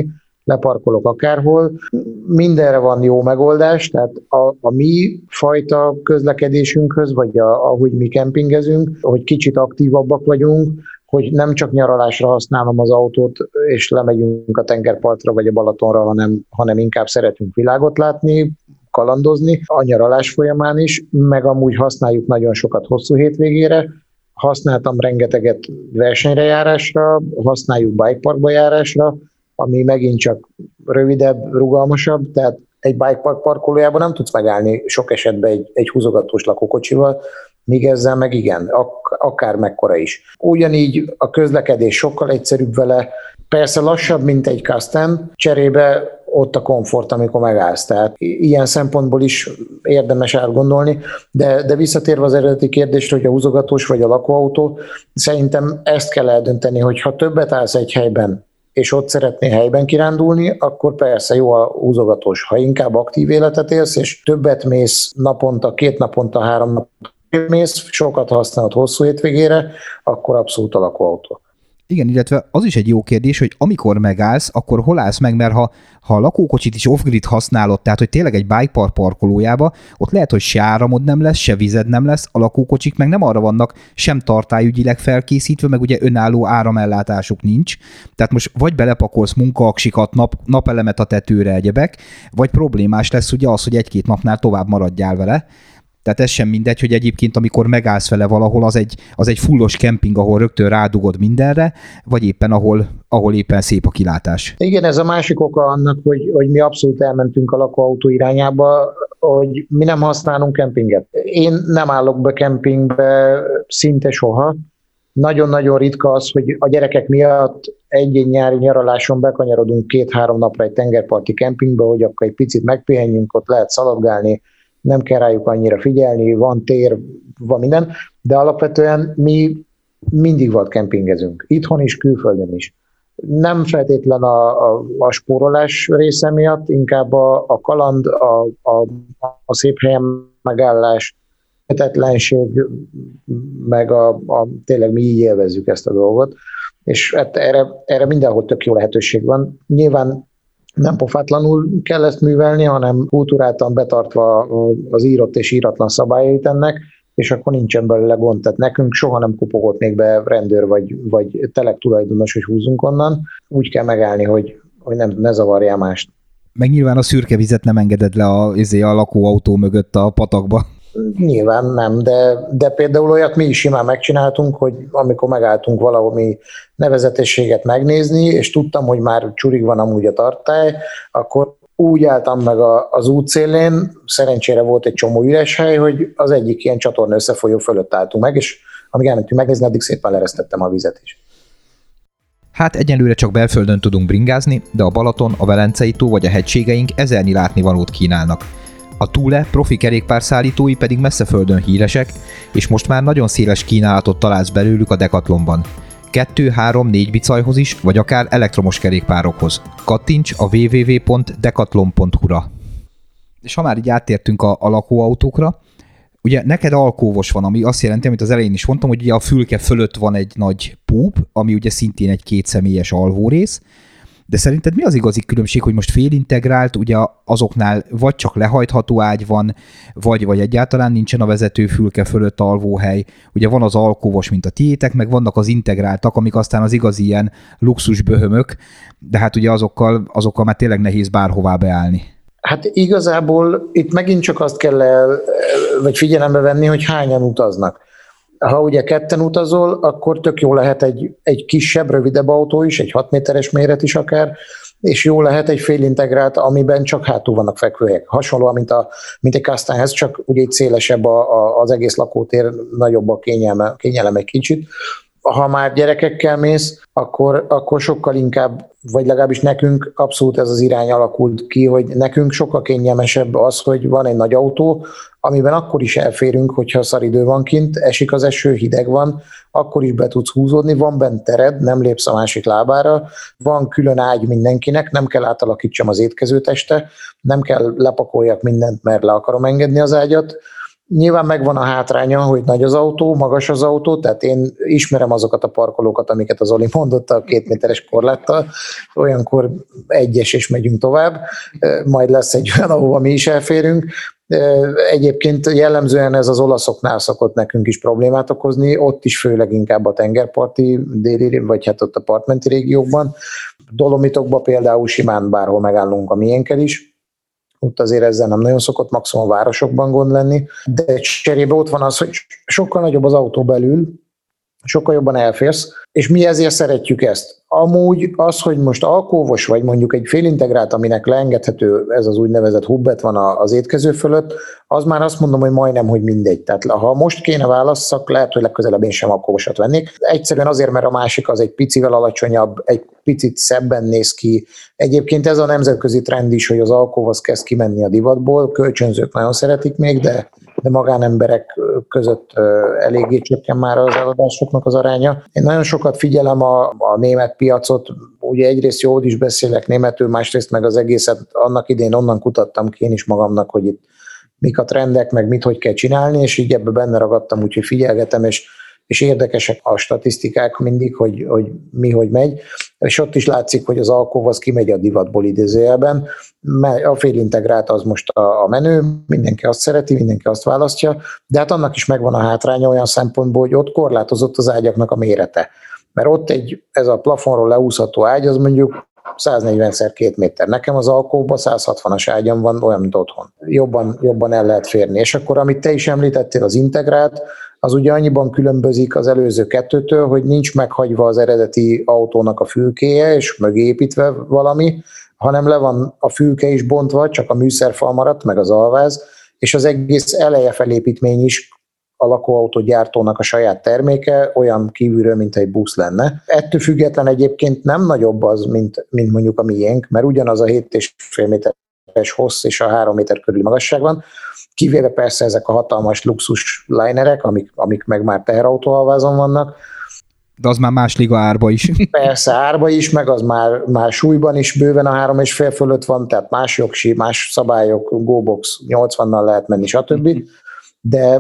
leparkolok akárhol. Mindenre van jó megoldás, tehát a, a mi fajta közlekedésünkhöz, vagy a, ahogy mi kempingezünk, hogy kicsit aktívabbak vagyunk, hogy nem csak nyaralásra használom az autót, és lemegyünk a tengerpartra vagy a Balatonra, hanem, hanem inkább szeretünk világot látni, kalandozni, a nyaralás folyamán is, meg amúgy használjuk nagyon sokat hosszú hétvégére, használtam rengeteget versenyre járásra, használjuk bikeparkba járásra, ami megint csak rövidebb, rugalmasabb, tehát egy bikepark parkolójában nem tudsz megállni sok esetben egy, egy húzogatós lakókocsival, míg ezzel meg igen, ak- akár mekkora is. Ugyanígy a közlekedés sokkal egyszerűbb vele, persze lassabb, mint egy Custom, cserébe ott a komfort, amikor megállsz. Tehát ilyen szempontból is érdemes átgondolni, de, de visszatérve az eredeti kérdésre, hogy a húzogatós vagy a lakóautó, szerintem ezt kell eldönteni, hogy ha többet állsz egy helyben, és ott szeretnél helyben kirándulni, akkor persze jó a húzogatós. Ha inkább aktív életet élsz, és többet mész naponta, két naponta, három naponta mész, sokat használod hosszú hétvégére, akkor abszolút a lakóautó. Igen, illetve az is egy jó kérdés, hogy amikor megállsz, akkor hol állsz meg, mert ha, ha a lakókocsit is off-grid használod, tehát hogy tényleg egy bikepark parkolójába, ott lehet, hogy se áramod nem lesz, se vized nem lesz, a lakókocsik meg nem arra vannak sem tartályügyileg felkészítve, meg ugye önálló áramellátásuk nincs. Tehát most vagy belepakolsz munkaaksikat, nap, napelemet a tetőre, egyebek, vagy problémás lesz ugye az, hogy egy-két napnál tovább maradjál vele. Tehát ez sem mindegy, hogy egyébként amikor megállsz vele valahol, az egy, az egy fullos kemping, ahol rögtön rádugod mindenre, vagy éppen ahol, ahol éppen szép a kilátás. Igen, ez a másik oka annak, hogy, hogy mi abszolút elmentünk a lakóautó irányába, hogy mi nem használunk kempinget. Én nem állok be kempingbe szinte soha. Nagyon-nagyon ritka az, hogy a gyerekek miatt egy-egy nyári nyaraláson bekanyarodunk két-három napra egy tengerparti kempingbe, hogy akkor egy picit megpihenjünk, ott lehet szaladgálni, nem kell rájuk annyira figyelni, van tér, van minden, de alapvetően mi mindig volt kempingezünk, itthon is, külföldön is. Nem feltétlen a, a, a spórolás része miatt, inkább a, a kaland, a, a, a szép helyen megállás, kötetlenség, meg a, a, tényleg mi így élvezzük ezt a dolgot, és hát erre, erre mindenhol tök jó lehetőség van. Nyilván nem pofátlanul kell ezt művelni, hanem kultúráltan betartva az írott és íratlan szabályait ennek, és akkor nincsen belőle gond. Tehát nekünk soha nem kopogott még be rendőr vagy, vagy telek tulajdonos, hogy húzzunk onnan. Úgy kell megállni, hogy, hogy nem, ne zavarjál mást. Meg nyilván a szürke vizet nem engeded le a, a lakóautó mögött a patakba. Nyilván nem, de, de például olyat mi is simán megcsináltunk, hogy amikor megálltunk valahol nevezetességet megnézni, és tudtam, hogy már csurig van amúgy a tartály, akkor úgy álltam meg a, az útszélén, szerencsére volt egy csomó üres hely, hogy az egyik ilyen csatorna összefolyó fölött álltunk meg, és amíg elmentünk megnézni, addig szépen leresztettem a vizet is. Hát egyelőre csak belföldön tudunk bringázni, de a Balaton, a Velencei tó vagy a hegységeink ezernyi látnivalót kínálnak. A Thule profi kerékpárszállítói pedig messze földön híresek, és most már nagyon széles kínálatot találsz belőlük a Decathlonban. kettő, három, négy bicajhoz is, vagy akár elektromos kerékpárokhoz. Kattints a double-u double-u double-u pont decathlon pont hu-ra. És ha már így áttértünk a, a lakóautókra, ugye neked alkóvos van, ami azt jelenti, amit az elején is mondtam, hogy ugye a fülke fölött van egy nagy púp, ami ugye szintén egy kétszemélyes alvórész, de szerinted mi az igazi különbség, hogy most félintegrált, ugye azoknál vagy csak lehajtható ágy van, vagy, vagy egyáltalán nincsen a vezetőfülke fölött alvóhely, ugye van az alkóvos, mint a tiétek, meg vannak az integráltak, amik aztán az igazi ilyen luxusböhömök, de hát ugye azokkal, azokkal már tényleg nehéz bárhová beállni. Hát igazából itt megint csak azt kell el, vagy figyelembe venni, hogy hányan utaznak. Ha ugye ketten utazol, akkor tök jó lehet egy, egy kisebb, rövidebb autó is, egy hat méteres méret is akár, és jó lehet egy félintegrált, amiben csak hátul vannak fekvőhelyek. Hasonlóan, mint, a, mint egy Customhez, csak ugye itt szélesebb a, a, az egész lakótér, nagyobb a kényelme, kényelem egy kicsit. Ha már gyerekekkel mész, akkor, akkor sokkal inkább, vagy legalábbis nekünk abszolút ez az irány alakult ki, hogy nekünk sokkal kényelmesebb az, hogy van egy nagy autó, amiben akkor is elférünk, hogyha szaridő van kint, esik az eső, hideg van, akkor is be tudsz húzódni, van bent tered, nem lépsz a másik lábára, van külön ágy mindenkinek, nem kell átalakítsam az étkezőteste, nem kell lepakoljak mindent, mert le akarom engedni az ágyat, Nyilván megvan a hátránya, hogy nagy az autó, magas az autó, tehát én ismerem azokat a parkolókat, amiket az Oli mondott a két méteres korláttal, olyankor egyes és megyünk tovább, majd lesz egy olyan, ahova mi is elférünk. Egyébként jellemzően ez az olaszoknál szokott nekünk is problémát okozni, ott is főleg inkább a tengerparti déli, vagy hát ott a partmenti régiókban. Dolomitokban például simán bárhol megállunk a miénkkel is, ott azért ezzel nem nagyon szokott maximum a városokban gond lenni, de cserébe ott van az, hogy sokkal nagyobb az autó belül, sokkal jobban elférsz, és mi ezért szeretjük ezt. Amúgy az, hogy most alkóvos vagy mondjuk egy félintegrált, aminek leengedhető ez az úgynevezett hubbet van az étkező fölött, az már azt mondom, hogy majdnem, hogy mindegy. Tehát ha most kéne válasszak, lehet, hogy legközelebb én sem alkóvosat vennék. Egyszerűen azért, mert a másik az egy picivel alacsonyabb, egy picit szebben néz ki. Egyébként ez a nemzetközi trend is, hogy az alkóv kezd kimenni a divatból, kölcsönzők nagyon szeretik még, de de magánemberek között eléggé csökken már az eladásoknak az aránya. Én nagyon sokat figyelem a, a német piacot, ugye egyrészt jól is beszélek németül, másrészt meg az egészet annak idén onnan kutattam ki én is magamnak, hogy itt mik a trendek, meg mit hogy kell csinálni, és így ebbe benne ragadtam, úgyhogy figyelgetem, és és érdekesek a statisztikák mindig, hogy, hogy mi, hogy megy, és ott is látszik, hogy az alkóv az kimegy a divatból idézőjelben, a félintegrált az most a, a menő, mindenki azt szereti, mindenki azt választja, de hát annak is megvan a hátránya olyan szempontból, hogy ott korlátozott az ágyaknak a mérete, mert ott egy, ez a plafonról leúszható ágy, az mondjuk száznegyven szer két méter. Nekem az alkóban száz hatvanas ágyam van, olyan, mint otthon. Jobban, jobban el lehet férni. És akkor, amit te is említettél, az integrált, az ugye annyiban különbözik az előző kettőtől, hogy nincs meghagyva az eredeti autónak a fülkéje, és mögé építve valami, hanem le van a fülke is bontva, csak a műszerfal maradt, meg az alváz, és az egész eleje felépítmény is a lakóautó gyártónak a saját terméke, olyan kívülről, mint egy busz lenne. Ettől független egyébként nem nagyobb az, mint, mint mondjuk a miénk, mert ugyanaz a hét és fél méteres hossz és a három méter körüli magasság van, kivéve persze ezek a hatalmas luxus linerek, amik, amik meg már teherautóalvázon vannak. De az már más liga árba is. Persze árba is, meg az már, már súlyban is bőven a három és fél fölött van, tehát más jogsi, más szabályok, GoBox nyolcvannal lehet menni, stb. De,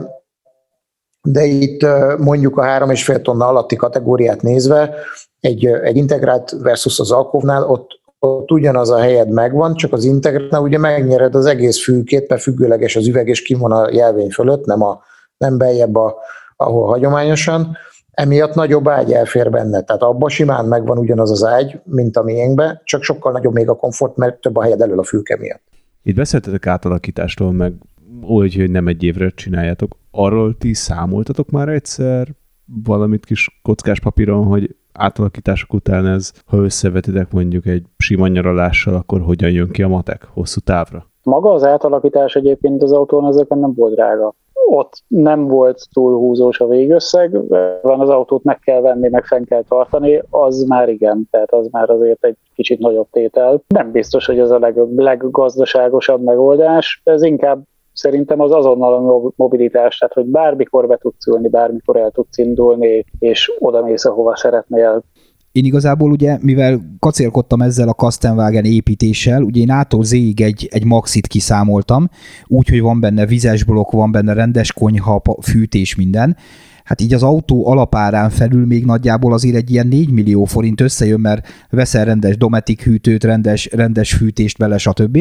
de itt mondjuk a három és fél tonna alatti kategóriát nézve, egy, egy integrált versus az alkóvnál ott ott ugyanaz a helyed megvan, csak az integrálnál ugye megnyered az egész fülkét, mert függőleges az üveg, és kim van a jelvény fölött, nem, a, nem beljebb, a, ahol hagyományosan. Emiatt nagyobb ágy elfér benne, tehát abban simán megvan ugyanaz az ágy, mint a miénkben, csak sokkal nagyobb még a komfort, mert több a helyed elől a fülke miatt. Itt beszéltetek átalakítástól, meg úgy, hogy nem egy évre csináljátok. Arról ti számoltatok már egyszer valamit kis kockás papíron, hogy átalakítások után ez, ha összevetitek mondjuk egy sima nyaralással, akkor hogyan jön ki a matek hosszú távra? Maga az átalakítás egyébként az autón ezeken nem volt drága. Ott nem volt túl húzós a végösszeg, van az autót meg kell venni, meg fenn kell tartani, az már igen, tehát az már azért egy kicsit nagyobb tétel. Nem biztos, hogy ez a leg, leggazdaságosabb megoldás, ez inkább szerintem az azonnal a mobilitás, tehát hogy bármikor be tudsz ülni, bármikor el tudsz indulni, és oda mész, ahova szeretnél. Én igazából ugye, mivel kacérkodtam ezzel a Kastenwagen építéssel, ugye én ától zéig egy, egy maxit kiszámoltam, úgyhogy van benne vizes blokk, van benne rendes konyha, fűtés, minden. Hát így az autó alapárán felül még nagyjából azért egy ilyen négy millió forint összejön, mert veszel rendes Dometic hűtőt, rendes, rendes fűtést vele, stb.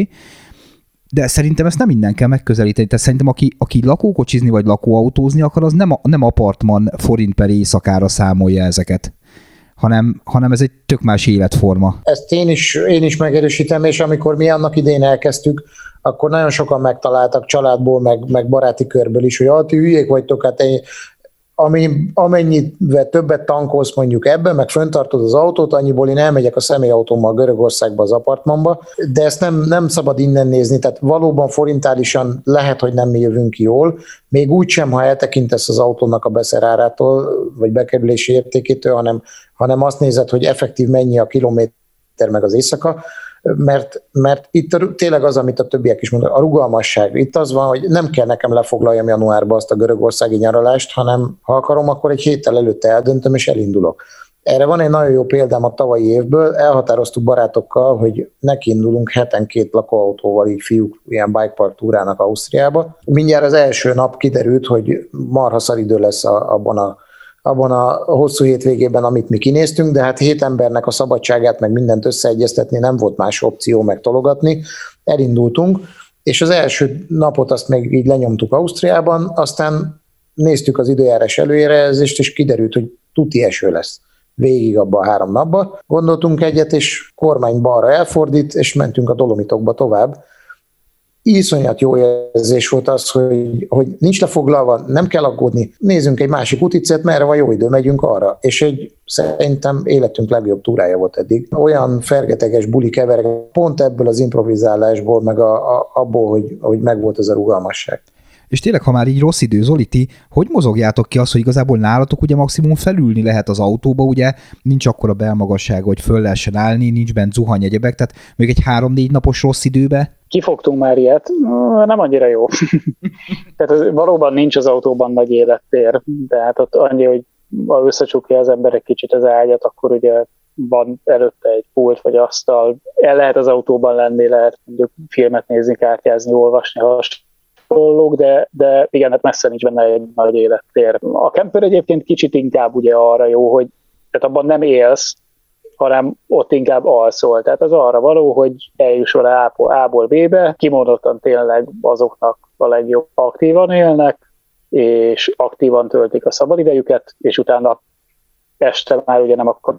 De szerintem ezt nem minden kell megközelíteni. Tehát szerintem aki, aki lakókocsizni vagy lakóautózni akar, az nem, a, nem apartman forint per éjszakára számolja ezeket, hanem, hanem ez egy tök más életforma. Ezt én is, én is megerősítem, és amikor mi annak idén elkezdtük, akkor nagyon sokan megtaláltak családból, meg, meg baráti körből is, hogy ah, ti hülyék vagytok, hát egy, ami, amennyit többet tankolsz mondjuk ebben, meg föntartod az autót, annyiból én elmegyek a személyautómmal Görögországba az apartmanba, de ezt nem, nem szabad innen nézni, tehát valóban forintálisan lehet, hogy nem mi jövünk ki jól, még úgysem, ha eltekintesz az autónak a beszerárától, vagy bekerülési értékétől, hanem, hanem azt nézed, hogy effektív mennyi a kilométer meg az éjszaka, mert, mert itt tényleg az, amit a többiek is mondanak, a rugalmasság. Itt az van, hogy nem kell nekem lefoglaljam januárba azt a görögországi nyaralást, hanem ha akarom, akkor egy héttel előtte eldöntöm és elindulok. Erre van egy nagyon jó példám a tavalyi évből, elhatároztuk barátokkal, hogy nekiindulunk heten két lakóautóval, így fiúk ilyen bikepark túrának Ausztriába. Mindjárt az első nap kiderült, hogy marha szaridő lesz a, abban a abban a hosszú hétvégében, amit mi kinéztünk, de hát hét embernek a szabadságát, meg mindent összeegyeztetni nem volt más opció, meg tologatni. Elindultunk, és az első napot azt még így lenyomtuk Ausztriában, aztán néztük az időjárás előjelzést, és kiderült, hogy tuti eső lesz végig abban a három napban. Gondoltunk egyet, és kormány balra elfordít, és mentünk a Dolomitokba tovább. Iszonyat jó érzés volt az, hogy, hogy nincs lefoglalva, nem kell aggódni, nézzünk egy másik uticet, merre van jó idő, megyünk arra. És egy szerintem életünk legjobb túrája volt eddig. Olyan fergeteges buli keverek, pont ebből az improvizálásból, meg a, a, abból, hogy, hogy megvolt ez a rugalmasság. És tényleg, ha már így rossz idő, Zoli, ti hogy mozogjátok ki azt, hogy igazából nálatok ugye maximum felülni lehet az autóba, ugye nincs akkora belmagasság, hogy föl lehessen állni, nincs bent zuhany egyebek, tehát még egy három-négy napos rossz időbe? Kifogtunk már ilyet, nem annyira jó. Tehát az, valóban nincs az autóban nagy élettér, de hát ott annyi, hogy ha összecsukja az ember egy kicsit az ágyat, akkor ugye van előtte egy pult vagy asztal, el lehet az autóban lenni, lehet mondjuk filmet nézni, kártyázni, olvasni, hasonlók, de, de igen, hát messze nincs benne egy nagy élettér. A camper egyébként kicsit inkább ugye arra jó, hogy tehát abban nem élsz, hanem ott inkább alszol. Tehát az arra való, hogy eljusson A-ból B-be, kimondottan tényleg azoknak a legjobb aktívan élnek, és aktívan töltik a szabadidejüket, és utána este már ugye nem akarnak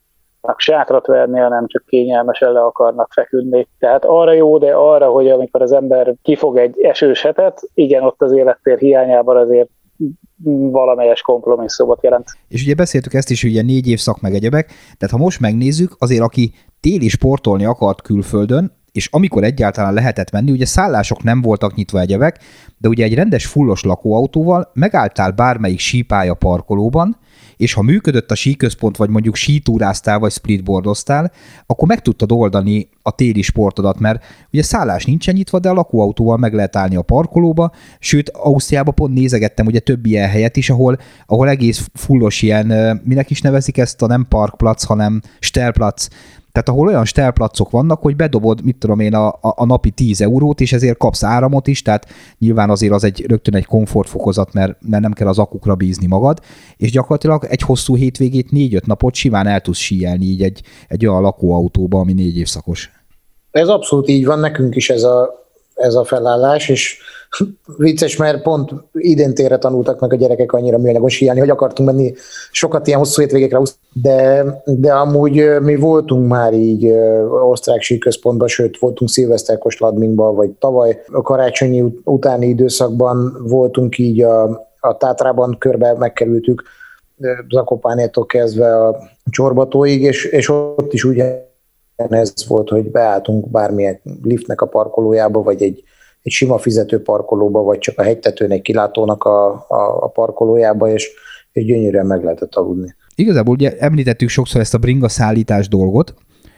sátrat verni, hanem csak kényelmesen le akarnak feküdni. Tehát arra jó, de arra, hogy amikor az ember kifog egy esős hetet, igen, ott az élettér hiányában azért valamelyes kompromisszumot jelent. És ugye beszéltük ezt is, ugye négy évszak meg egyebek, tehát ha most megnézzük, azért aki téli sportolni akart külföldön, és amikor egyáltalán lehetett menni, ugye szállások nem voltak nyitva egyebek, de ugye egy rendes fullos lakóautóval megálltál bármelyik sípálya parkolóban, és ha működött a síközpont, vagy mondjuk sítúráztál, vagy splitboardoztál, akkor meg tudtad oldani a téli sportodat, mert ugye szállás nincsen nyitva, de a lakóautóval meg lehet állni a parkolóba, sőt, Ausztriában pont nézegettem ugye több ilyen helyet is, ahol, ahol egész fullos ilyen, minek is nevezik ezt a nem parkplac, hanem stellplatz, tehát ahol olyan stellplacok vannak, hogy bedobod, mit tudom én, a, a, a napi tíz eurót, és ezért kapsz áramot is, tehát nyilván azért az egy rögtön egy komfortfokozat, mert, mert nem kell az akukra bízni magad, és gyakorlatilag egy hosszú hétvégét négy-öt napot simán el tudsz síelni így egy, egy olyan lakóautóba, ami négy évszakos. Ez abszolút így van, nekünk is ez a, ez a felállás, és vicces, mert pont idén térre tanultak meg a gyerekek annyira műanyagos síelni, hogy akartunk menni sokat ilyen hosszú hétvégékre, de, de amúgy mi voltunk már így osztrák síközpontban, sőt voltunk szilveszterkosladmingban, vagy tavaly a karácsonyi utáni időszakban voltunk így a, a Tátrában, körbe megkerültük Zakopánétól kezdve a Csorbatóig, és, és ott is ugye ez volt, hogy beálltunk bármilyen liftnek a parkolójába, vagy egy egy sima fizető parkolóba, vagy csak a hegytetőn egy kilátónak a, a, a parkolójába, és, és gyönyörűen meg lehetett aludni. Igazából ugye említettük sokszor ezt a bringa szállítás dolgot.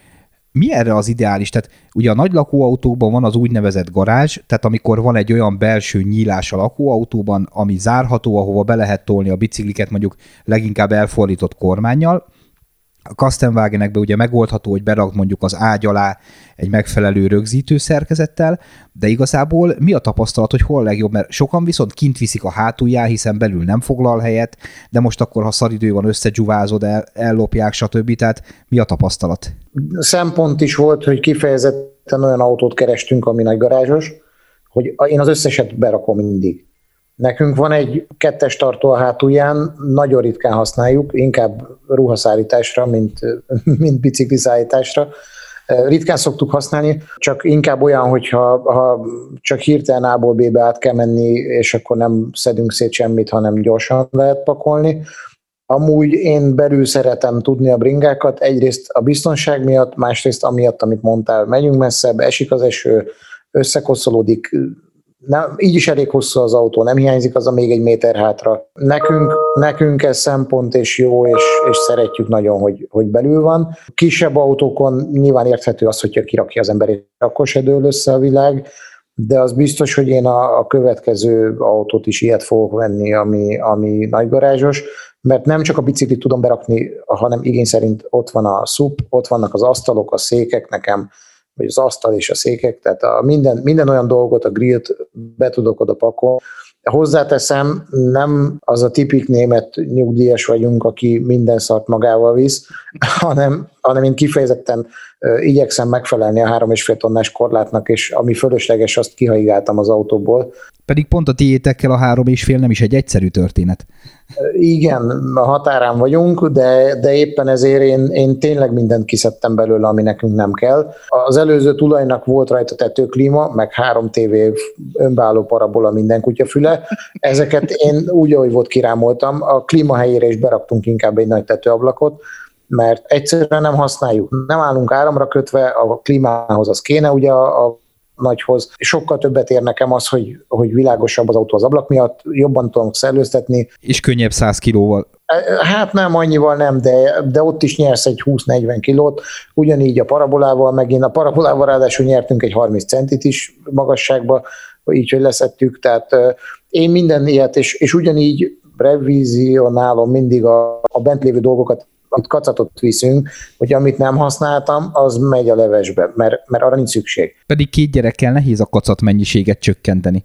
Mi erre az ideális? Tehát ugye a nagy lakóautóban van az úgynevezett garázs, tehát amikor van egy olyan belső nyílás a lakóautóban, ami zárható, ahova be lehet tolni a bicikliket mondjuk leginkább elfordított kormánnyal. A Kastenwagenekben ugye megoldható, hogy berakd mondjuk az ágy alá egy megfelelő rögzítő szerkezettel, de igazából mi a tapasztalat, hogy hol a legjobb, mert sokan viszont kint viszik a hátulján, hiszen belül nem foglal helyet, de most akkor, ha szaridő van, összegyuvázod, el, ellopják, stb. Tehát mi a tapasztalat? Szempont is volt, hogy kifejezetten olyan autót kerestünk, ami nagy garázsos, hogy én az összeset berakom mindig. Nekünk van egy kettes tartó a hátulján, nagyon ritkán használjuk, inkább ruhaszállításra, mint, mint bicikliszállításra. Ritkán szoktuk használni, csak inkább olyan, hogyha ha csak hirtelen A-ból B-be át kell menni, és akkor nem szedünk szét semmit, hanem gyorsan lehet pakolni. Amúgy én belül szeretem tudni a bringákat, egyrészt a biztonság miatt, másrészt amiatt, amit mondtál, megyünk messzebb, esik az eső, összekoszolódik, nem, így is elég hosszú az autó, nem hiányzik az a még egy méter hátra. Nekünk, nekünk ez szempont és jó, és, és szeretjük nagyon, hogy, hogy belül van. Kisebb autókon nyilván érthető az, hogyha kirakja az ember, és akkor se dől össze a világ, de az biztos, hogy én a, a következő autót is ilyet fogok venni, ami, ami nagygarázsos, mert nem csak a biciklit tudom berakni, hanem igény szerint ott van a szup, ott vannak az asztalok, a székek nekem, vagy az asztal és a székek, tehát a minden, minden olyan dolgot, a grillt be tudok oda pakolni. Hozzáteszem, nem az a tipik német nyugdíjas vagyunk, aki minden szart magával visz, hanem, hanem én kifejezetten uh, igyekszem megfelelni a három és fél tonnás korlátnak, és ami fölösleges, azt kihaigáltam az autóból. Pedig pont a tiétekkel a három és fél nem is egy egyszerű történet. Igen, a határán vagyunk, de, de éppen ezért én, én tényleg mindent kiszedtem belőle, ami nekünk nem kell. Az előző tulajnak volt rajta tetőklíma, meg három tévé önbeálló parabola minden kutyafüle. Ezeket én úgy, ahogy volt, kirámoltam. A klíma helyére is beraktunk inkább egy nagy tetőablakot, mert egyszerűen nem használjuk. Nem állunk áramra kötve, a klímához az kéne ugye a, a nagyhoz. Sokkal többet ér nekem az, hogy, hogy világosabb az autó az ablak miatt, jobban tudom szellőztetni. És könnyebb száz kilóval. Hát nem, annyival nem, de, de ott is nyersz egy húsz-negyven kilót, ugyanígy a parabolával, megint a parabolával ráadásul nyertünk egy harminc centit is magasságba, így, hogy leszettük, tehát én minden ilyet, és, és ugyanígy revizionálom mindig a, a bent lévő dolgokat, amit kacatot viszünk, hogy amit nem használtam, az megy a levesbe, mert, mert arra nincs szükség. Pedig két gyerekkel nehéz a kacat mennyiséget csökkenteni.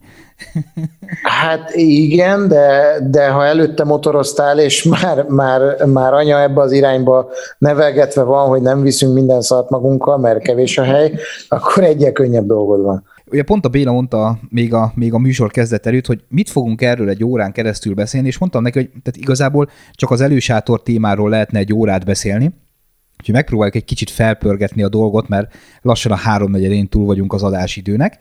Hát igen, de, de ha előtte motoroztál, és már, már, már anya ebbe az irányba nevelgetve van, hogy nem viszünk minden szart magunkkal, mert kevés a hely, akkor egyel könnyebb dolgod van. Ugye pont a Béla mondta még a, még a műsor kezdet előtt, hogy mit fogunk erről egy órán keresztül beszélni, és mondtam neki, hogy tehát igazából csak az elősátor témáról lehetne egy órát beszélni, úgyhogy megpróbáljuk egy kicsit felpörgetni a dolgot, mert lassan a háromnegyedén túl vagyunk az adásidőnek.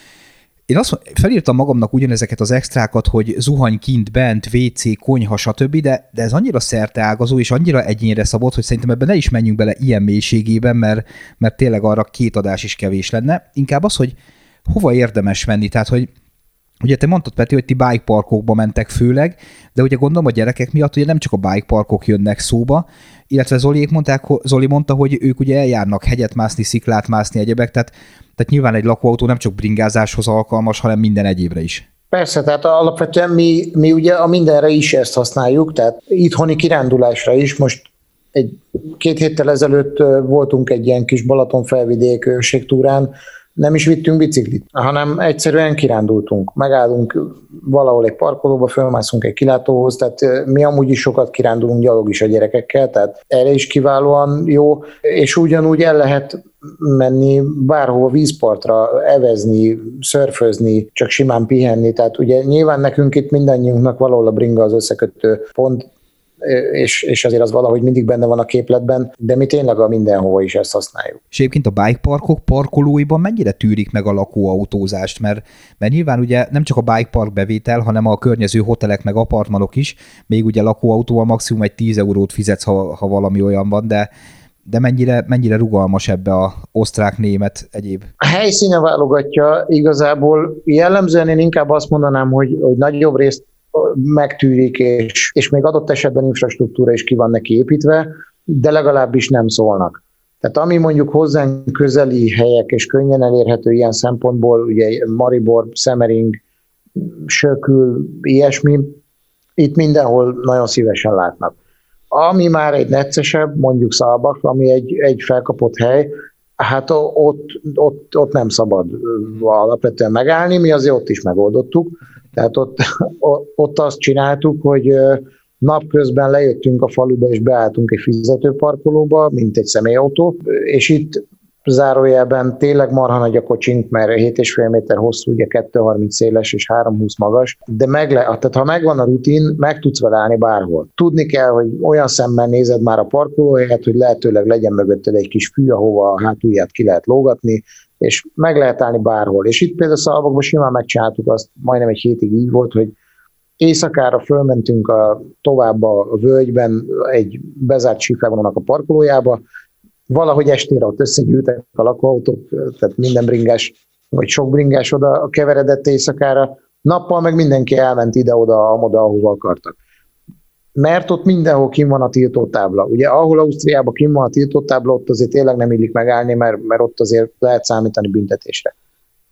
Én azt felírtam magamnak ugyanezeket az extrákat, hogy zuhany kint, bent, vé cé, konyha, stb., de, de ez annyira szerteágazó és annyira egyénre szabott, hogy szerintem ebben ne is menjünk bele ilyen mélységében, mert, mert tényleg arra két adás is kevés lenne. Inkább az, hogy hova érdemes menni, tehát, hogy ugye te mondtad, Peti, hogy ti bike parkokba mentek főleg, de ugye gondolom a gyerekek miatt ugye nem csak a bike parkok jönnek szóba, illetve Zoliék mondták, Zoli mondta, hogy ők ugye eljárnak hegyet mászni, sziklát mászni, egyebek, tehát, tehát nyilván egy lakóautó nem csak bringázáshoz alkalmas, hanem minden egyébre is. Persze, tehát alapvetően mi, mi ugye a mindenre is ezt használjuk, tehát itthoni kirándulásra is. Most egy két héttel ezelőtt voltunk egy ilyen kis Balaton-felvidék őrségtúrán, nem is vittünk biciklit, hanem egyszerűen kirándultunk. Megállunk valahol egy parkolóba, fölmászunk egy kilátóhoz, tehát mi amúgy is sokat kirándulunk gyalog is a gyerekekkel, tehát erre is kiválóan jó, és ugyanúgy el lehet menni bárhol vízpartra, evezni, szörfözni, csak simán pihenni, tehát ugye nyilván nekünk itt mindannyiunknak valahol a bringa az összekötő pont, és, és azért az valahogy mindig benne van a képletben, de mi tényleg a mindenhova is ezt használjuk. És egyébként a bike parkok parkolóiban mennyire tűrik meg a lakóautózást, mert, mert nyilván ugye nem csak a bike park bevétel, hanem a környező hotelek meg apartmanok is, még ugye lakóautóval maximum egy tíz eurót fizetsz, ha, ha valami olyan van, de de mennyire, mennyire rugalmas ebbe a osztrák-német egyéb? A helyszíne válogatja igazából. Jellemzően én inkább azt mondanám, hogy, hogy nagyobb részt megtűrik, és, és még adott esetben infrastruktúra is ki van neki építve, de legalábbis nem szólnak. Tehát ami mondjuk hozzánk közeli helyek, és könnyen elérhető ilyen szempontból, ugye Maribor, Semmering, Sökül, ilyesmi, itt mindenhol nagyon szívesen látnak. Ami már egy neccesebb, mondjuk Szalbach, ami egy, egy felkapott hely, hát ott, ott, ott nem szabad alapvetően megállni, mi azért ott is megoldottuk. Tehát ott, ott azt csináltuk, hogy napközben lejöttünk a faluba, és beálltunk egy fizetőparkolóba, mint egy személyautó, és itt zárójelben tényleg marha nagy a kocsink, mert hét és fél méter hosszú, ugye kettő harminc széles és három húsz magas, de meg le, tehát ha megvan a rutin, meg tudsz vele állni bárhol. Tudni kell, hogy olyan szemmel nézed már a parkolóhelyet, hogy lehetőleg legyen mögötted egy kis fű, ahova a hátulját ki lehet lógatni, és meg lehet állni bárhol. És itt például Szalbachban simán megcsináltuk azt, majdnem egy hétig így volt, hogy éjszakára fölmentünk a, tovább a völgyben egy bezárt síkvágónak a parkolójába, valahogy estére ott összegyűltek a lakóautók, tehát minden bringás, vagy sok bringás oda keveredett éjszakára, nappal meg mindenki elment ide-oda, amoda, ahova akartak. Mert ott mindenhol kim van a tiltótábla. Ugye ahol Ausztriában kim van a tiltótábla, ott azért tényleg nem illik megállni, mert, mert ott azért lehet számítani büntetésre.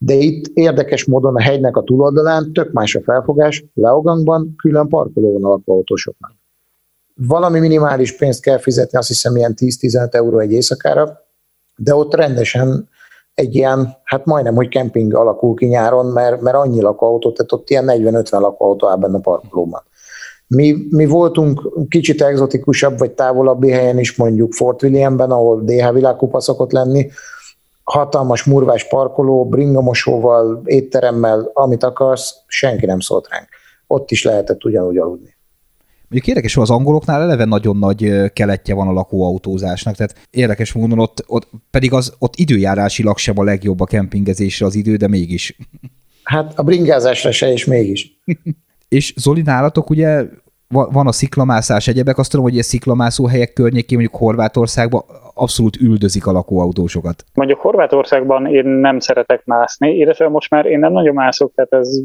De itt érdekes módon a hegynek a túloldalán tök más a felfogás, Leogangban külön parkoló van a lakóautósoknak. Valami minimális pénzt kell fizetni, azt hiszem ilyen tíz-tizenöt euró egy éjszakára, de ott rendesen egy ilyen, hát majdnem, hogy kemping alakul ki nyáron, mert, mert annyi lakóautó, tehát ott ilyen negyven-ötven lakóautó áll benne a parkolóban. Mi, mi voltunk kicsit egzotikusabb, vagy távolabbi helyen is, mondjuk Fort Williamben, ahol dé há világkupa szokott lenni, hatalmas murvás parkoló, bringamosóval, étteremmel, amit akarsz, senki nem szólt ránk. Ott is lehetett ugyanúgy aludni. Mondjuk érdekes, hogy az angoloknál eleve nagyon nagy keletje van a lakóautózásnak, tehát érdekes módon ott, ott pedig az ott időjárásilag sem a legjobb a kempingezésre az idő, de mégis. Hát a bringázásra se, és mégis. És Zoli, nálatok ugye van a sziklamászás egyebek, azt tudom, hogy a sziklamászó helyek környékén, mondjuk Horvátországban abszolút üldözik a lakóautósokat. Mondjuk Horvátországban én nem szeretek mászni, illetve most már én nem nagyon mászok, tehát ez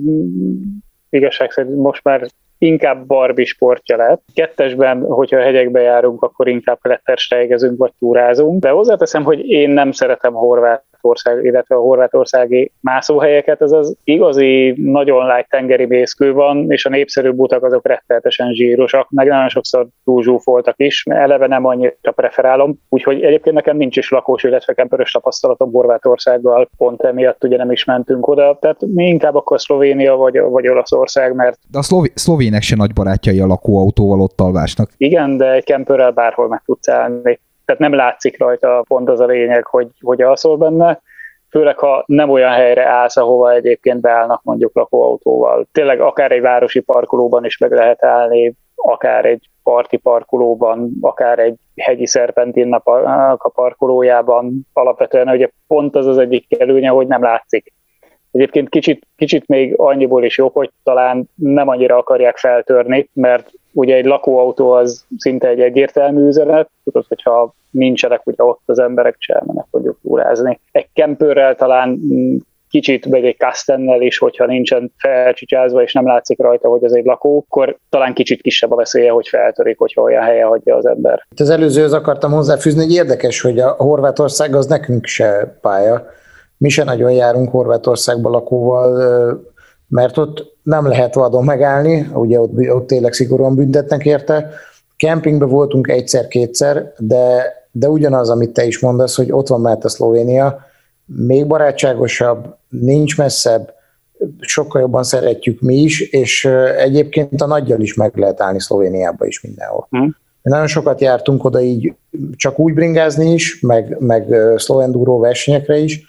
igazság szerint most már inkább Barbie sportja lett. Kettesben, hogyha a hegyekbe járunk, akkor inkább klettersteigezünk vagy túrázunk, de hozzáteszem, hogy én nem szeretem Horvátország, illetve a horvátországi mászóhelyeket, ez az igazi, nagyon lágy tengeri mészkő van, és a népszerűbb utak azok rettenetesen zsírosak, meg nagyon sokszor túlzsúfoltak is, eleve nem annyira preferálom, úgyhogy egyébként nekem nincs is lakós, illetve kemperös tapasztalatom Horvátországgal, pont emiatt ugye nem is mentünk oda, tehát mi inkább akkor Szlovénia vagy, vagy Olaszország, mert... De a szlovi- szlovének se nagy barátjai a lakóautóval ott alvásnak. Igen, de egy kemperrel bárhol meg tudsz állni. Tehát nem látszik rajta, pont az a lényeg, hogy, hogy alszol benne, főleg ha nem olyan helyre állsz, ahova egyébként beállnak mondjuk lakóautóval. Tényleg akár egy városi parkolóban is meg lehet állni, akár egy parti parkolóban, akár egy hegyi szerpentinnak a parkolójában. Alapvetően ugye pont az az egyik előnye, hogy nem látszik. Egyébként kicsit, kicsit még annyiból is jobb, hogy talán nem annyira akarják feltörni, mert ugye egy lakóautó az szinte egy egyértelmű üzenet, tudod, hogyha nincsenek ugye ott az emberek, se elmennek mondjuk túrázni. Egy kempőrrel talán kicsit, vagy egy kastennel is, hogyha nincsen felcsicsázva, és nem látszik rajta, hogy ez egy lakó, akkor talán kicsit kisebb a veszélye, hogy feltörik, hogyha olyan helyen hagyja az ember. Az előzőhöz akartam hozzáfűzni, hogy érdekes, hogy a Horvátország az nekünk se pálya. Mi se nagyon járunk Horvátországba lakóval, mert ott nem lehet vadon megállni, ugye ott, ott tényleg szigorúan büntetnek érte. Kempingben voltunk egyszer-kétszer, de, de ugyanaz, amit te is mondasz, hogy ott van mellett a Szlovénia, még barátságosabb, nincs messzebb, sokkal jobban szeretjük mi is, és egyébként a nagyjal is meg lehet állni Szlovéniába is mindenhol. Hmm. Nagyon sokat jártunk oda így csak úgy bringázni is, meg, meg slow enduro versenyekre is,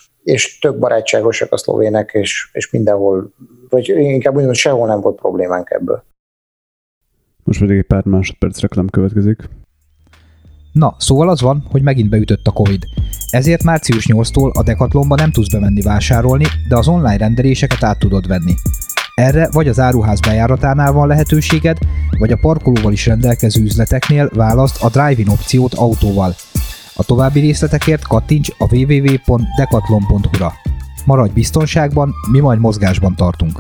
és tök barátságosak a szlovének, és, és mindenhol, vagy inkább úgy mondom, sehol nem volt problémánk ebből. Most pedig egy pár másodperc reklám következik. Na, szóval az van, hogy megint beütött a Covid. Ezért március nyolcadikától a Decathlonba nem tudsz bemenni vásárolni, de az online rendeléseket át tudod venni. Erre vagy az áruház bejáratánál van lehetőséged, vagy a parkolóval is rendelkező üzleteknél választ a drive-in opciót autóval. A további részletekért kattints a double-u double-u double-u pont decathlon pont hu-ra. Maradj biztonságban, mi majd mozgásban tartunk.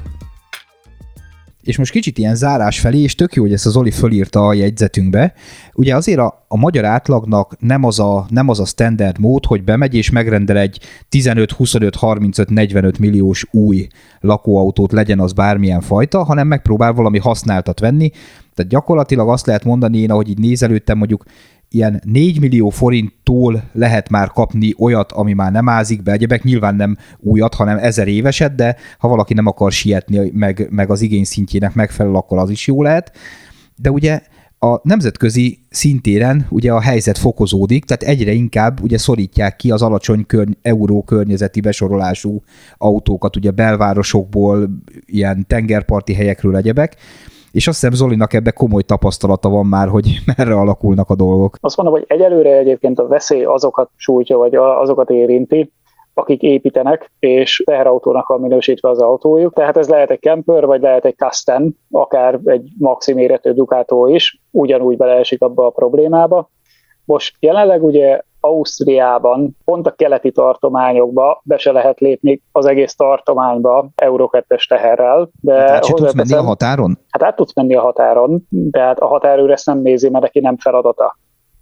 És most kicsit ilyen zárás felé, és tök jó, hogy ezt az Zoli fölírta a jegyzetünkbe. Ugye azért a, a magyar átlagnak nem az, a, nem az a standard mód, hogy bemegy és megrendel egy tizenöt, huszonöt, harmincöt, negyvenöt milliós új lakóautót, legyen az bármilyen fajta, hanem megpróbál valami használtat venni. Tehát gyakorlatilag azt lehet mondani, én ahogy így nézelődtem, mondjuk ilyen négy millió forinttól lehet már kapni olyat, ami már nem ázik be, egyebek nyilván nem újat, hanem ezer éveset, de ha valaki nem akar sietni, meg, meg az igény szintjének megfelel, akkor az is jó lehet. De ugye a nemzetközi szintéren ugye a helyzet fokozódik, tehát egyre inkább ugye szorítják ki az alacsony körny- euró környezeti besorolású autókat, ugye belvárosokból, ilyen tengerparti helyekről egyebek, és azt hiszem Zolinak ebbe komoly tapasztalata van már, hogy merre alakulnak a dolgok. Azt mondom, hogy egyelőre egyébként a veszély azokat sújtja, vagy azokat érinti, akik építenek, és teherautónak van minősítve az autójuk. Tehát ez lehet egy camper, vagy lehet egy custom, akár egy maximéretű Ducato is, ugyanúgy beleesik abba a problémába. Most jelenleg ugye Ausztriában, pont a keleti tartományokba be se lehet lépni az egész tartományba Euró kettes teherrel. De hát át tudsz menni a határon? Hát át tudsz menni a határon, de hát a határőr ezt nem nézi, mert neki nem feladata.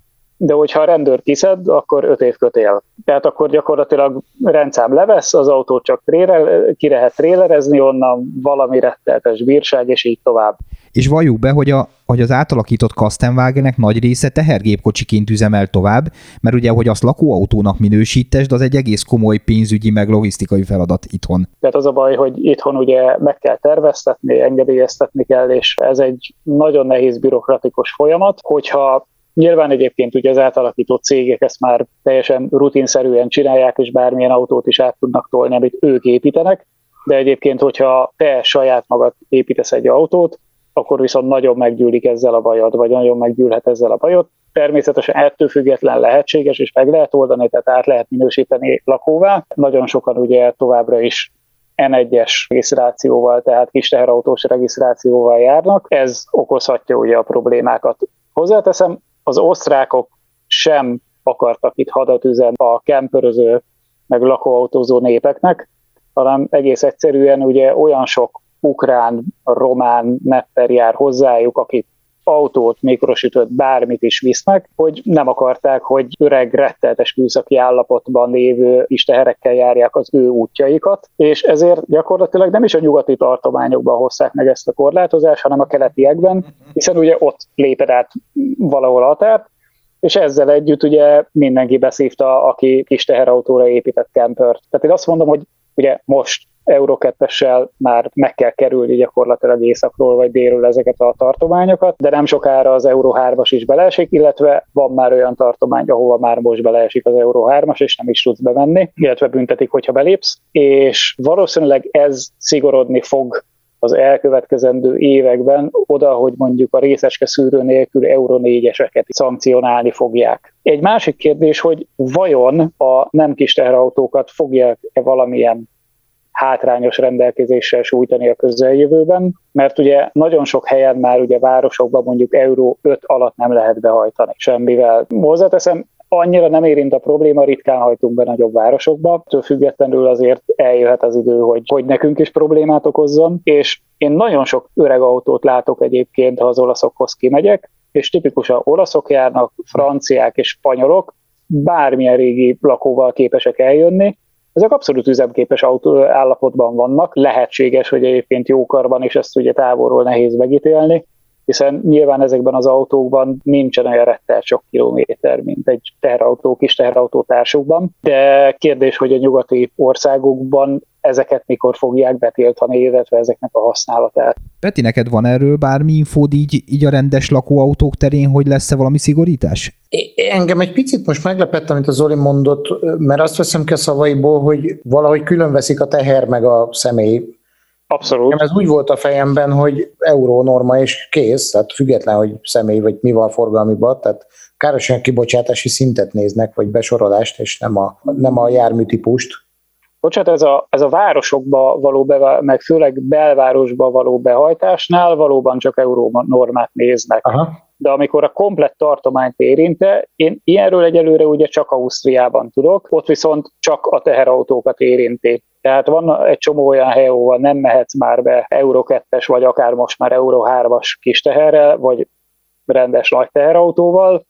de hogyha a rendőr kiszed, akkor öt év kötél. Tehát akkor gyakorlatilag rendszám levesz, az autót csak tréler, ki lehet trélerezni onnan, valami retteltes bírság, és így tovább. És valljuk be, hogy, a, hogy az átalakított Kastenwagenek nagy része tehergépkocsiként üzemel tovább, mert ugye, hogy azt lakóautónak minősítesd, az egy egész komoly pénzügyi meg logisztikai feladat itthon. Tehát az a baj, hogy itthon ugye meg kell terveztetni, engedélyeztetni kell, és ez egy nagyon nehéz bürokratikus folyamat, hogyha nyilván egyébként ugye az átalakított cégek ezt már teljesen rutinszerűen csinálják, és bármilyen autót is át tudnak tolni, amit ők építenek, de egyébként, hogyha te saját magad építesz egy autót, akkor viszont nagyon meggyűlik ezzel a bajod, vagy nagyon meggyűlhet ezzel a bajod. Természetesen ettől független lehetséges, és meg lehet oldani, tehát át lehet minősíteni lakóvá. Nagyon sokan ugye továbbra is en egyes regisztrációval, tehát kis teherautós regisztrációval járnak. Ez okozhatja ugye a problémákat. Hozzáteszem, az osztrákok sem akartak itt hadat üzenni a kemperöző, meg lakóautózó népeknek, hanem egész egyszerűen ugye olyan sok ukrán, román nepper jár hozzájuk, akik autót, mikrosütőt, bármit is visznek, hogy nem akarták, hogy öreg, retteltes műszaki állapotban lévő kis teherekkel járják az ő útjaikat, és ezért gyakorlatilag nem is a nyugati tartományokban hozták meg ezt a korlátozást, hanem a keletiekben, hiszen ugye ott léped át valahol a határt, és ezzel együtt ugye mindenki beszívta, aki kis teherautóra épített campert. Tehát én azt mondom, hogy ugye most Euro kettessel már meg kell kerülni gyakorlatilag északról vagy délről ezeket a tartományokat, de nem sokára az Euro hármas is beleesik, illetve van már olyan tartomány, ahova már most beleesik az Euro hármas, és nem is tudsz bemenni, illetve büntetik, hogyha belépsz, és valószínűleg ez szigorodni fog az elkövetkezendő években oda, hogy mondjuk a részecske szűrő nélkül Euro négyeseket szankcionálni fogják. Egy másik kérdés, hogy vajon a nem kis teherautókat fogják-e valamilyen hátrányos rendelkezéssel sújtani a közeljövőben, mert ugye nagyon sok helyen már ugye városokban mondjuk Euro öt alatt nem lehet behajtani semmivel. Hozzáteszem, annyira nem érint a probléma, ritkán hajtunk be nagyobb városokba, től függetlenül azért eljöhet az idő, hogy, hogy nekünk is problémát okozzon, és én nagyon sok öreg autót látok egyébként, ha az olaszokhoz kimegyek, és tipikusan olaszok járnak, franciák és spanyolok, bármilyen régi lakóval képesek eljönni. Ezek abszolút üzemképes autó állapotban vannak, lehetséges, hogy egyébként jókarban, és ezt ugye távolról nehéz megítélni, hiszen nyilván ezekben az autókban nincsen olyan rettelt sok kilométer, mint egy teherautó, kis teherautó társukban, de kérdés, hogy a nyugati országokban ezeket mikor fogják betiltani, illetve ezeknek a használatát. Peti, neked van erről bármi infód így, így a rendes lakóautók terén, hogy lesz-e valami szigorítás? Engem egy picit most meglepett, amit a Zoli mondott, mert azt veszem ki a szavaiból, hogy valahogy különveszik a teher meg a személy. Abszolút. Ez úgy volt a fejemben, hogy euró norma és kész, tehát független, hogy személy vagy mi van forgalmiban, tehát károsan kibocsátási szintet néznek, vagy besorolást, és nem a, nem a járműtípust. Bocsánat, ez a, ez a városokba való, be, meg főleg belvárosba való behajtásnál valóban csak euró normát néznek. Aha. De amikor a komplett tartományt érinte, én ilyenről egyelőre ugye csak Ausztriában tudok, ott viszont csak a teherautókat érinti. Tehát van egy csomó olyan hely, ahol nem mehetsz már be Euro kettes, vagy akár most már Euro hármas kis teherrel, vagy rendes nagy teherautóval,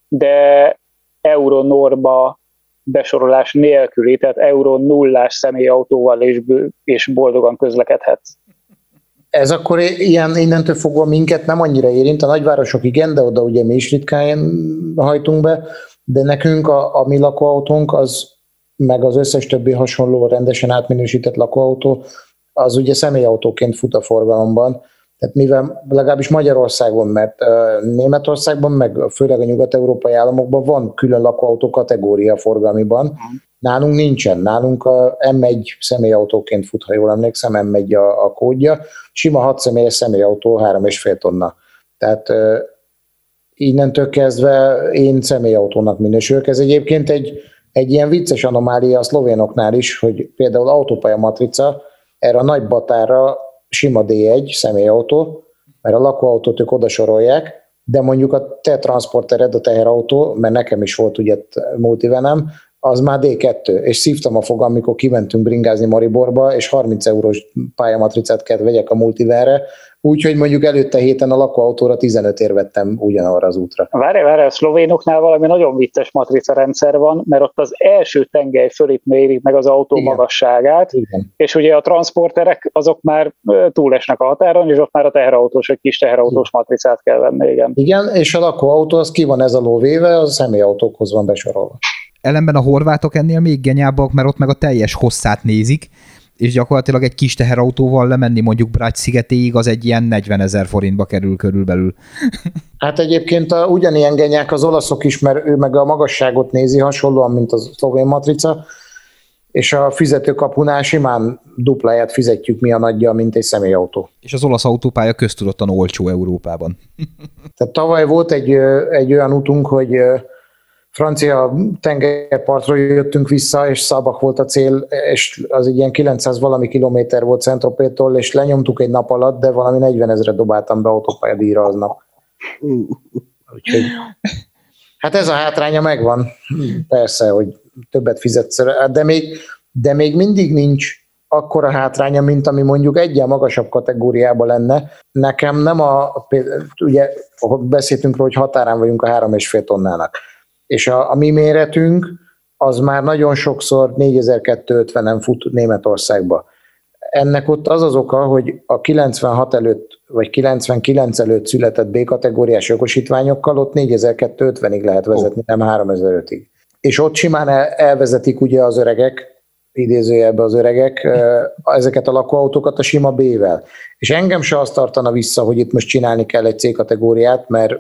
de Euro norma besorolás nélküli, tehát Euro nullás személyautóval és, és boldogan közlekedhetsz. Ez akkor ilyen innentől fogva minket nem annyira érint, a nagyvárosok igen, de oda ugye mi is ritkán hajtunk be, de nekünk a, a mi lakóautónk, az, meg az összes többi hasonló rendesen átminősített lakóautó, az ugye személyautóként fut a forgalomban. Tehát mivel legalábbis Magyarországon, mert Németországban, meg főleg a nyugat-európai államokban van külön lakóautó kategória forgalmiban, nálunk nincsen, nálunk a em egy személyautóként fut, ha jól emlékszem, em egy a, a kódja, sima hat személyes személyautó, három és fél tonna. Tehát uh, innentől kezdve én személyautónak minősülök. Ez egyébként egy, egy ilyen vicces anomália a szlovénoknál is, hogy például autópálya matrica, erre a nagy batára sima dé egy személyautó, mert a lakóautót ők oda sorolják, de mondjuk a te transportered, a teherautó, mert nekem is volt ugye multivenem, az már dé kettő, és szívtam a fogam, amikor kimentünk bringázni Mariborba, és harminc eurós pályamatricát kellett vegyek a Multiverre, úgyhogy mondjuk előtte héten a lakóautóra tizenöt ér vettem ugyanarra az útra. Várj, várj, a szlovénoknál valami nagyon vicces matrica rendszer van, mert ott az első tengely fölött mérik meg az autó Igen. magasságát, Igen. és ugye a transporterek azok már túlesnek a határon, és ott már a teherautós, vagy kis teherautós Igen. matricát kell venni. Igen. Igen, és a lakóautó az ki van ez alól véve, az a személyautókhoz van besorolva. Ellenben a horvátok ennél még geniábbak, mert ott meg a teljes hosszát nézik, és gyakorlatilag egy kis teherautóval lemenni mondjuk Brač-szigetéig, az egy ilyen negyvenezer forintba kerül körülbelül. Hát egyébként a, ugyanilyen genyák az olaszok is, mert ő meg a magasságot nézi hasonlóan, mint a szlovén matrica, és a fizetőkapunál simán dupláját fizetjük mi a nagyja, mint egy személyautó. És az olasz autópálya köztudottan olcsó Európában. Tehát tavaly volt egy, egy olyan utunk, hogy francia tengerpartról jöttünk vissza, és Szabak volt a cél, és az egy ilyen kilencszáz valami kilométer volt Saint-Tropez-tól, és lenyomtuk egy nap alatt, de valami negyvenezre dobáltam be autópályadíjra aznap. Úgyhogy, hát ez a hátránya megvan. Persze, hogy többet fizetsz, de még, de még mindig nincs akkora hátránya, mint ami mondjuk egyen magasabb kategóriában lenne. Nekem nem a, ugye beszéltünk róla, hogy határán vagyunk a három és fél tonnának. És a, a mi méretünk az már nagyon sokszor négyezer-kétszázötvenen fut Németországba. Ennek ott az az oka, hogy a kilencvenhat előtt, vagy kilencvenkilenc előtt született B-kategóriás jogosítványokkal ott négyezer-kétszázötvenig lehet vezetni, nem háromezer-ötig. És ott simán el, elvezetik ugye az öregek, idézőjelben az öregek, ezeket a lakóautókat a sima B-vel. És engem se azt tartana vissza, hogy itt most csinálni kell egy C-kategóriát, mert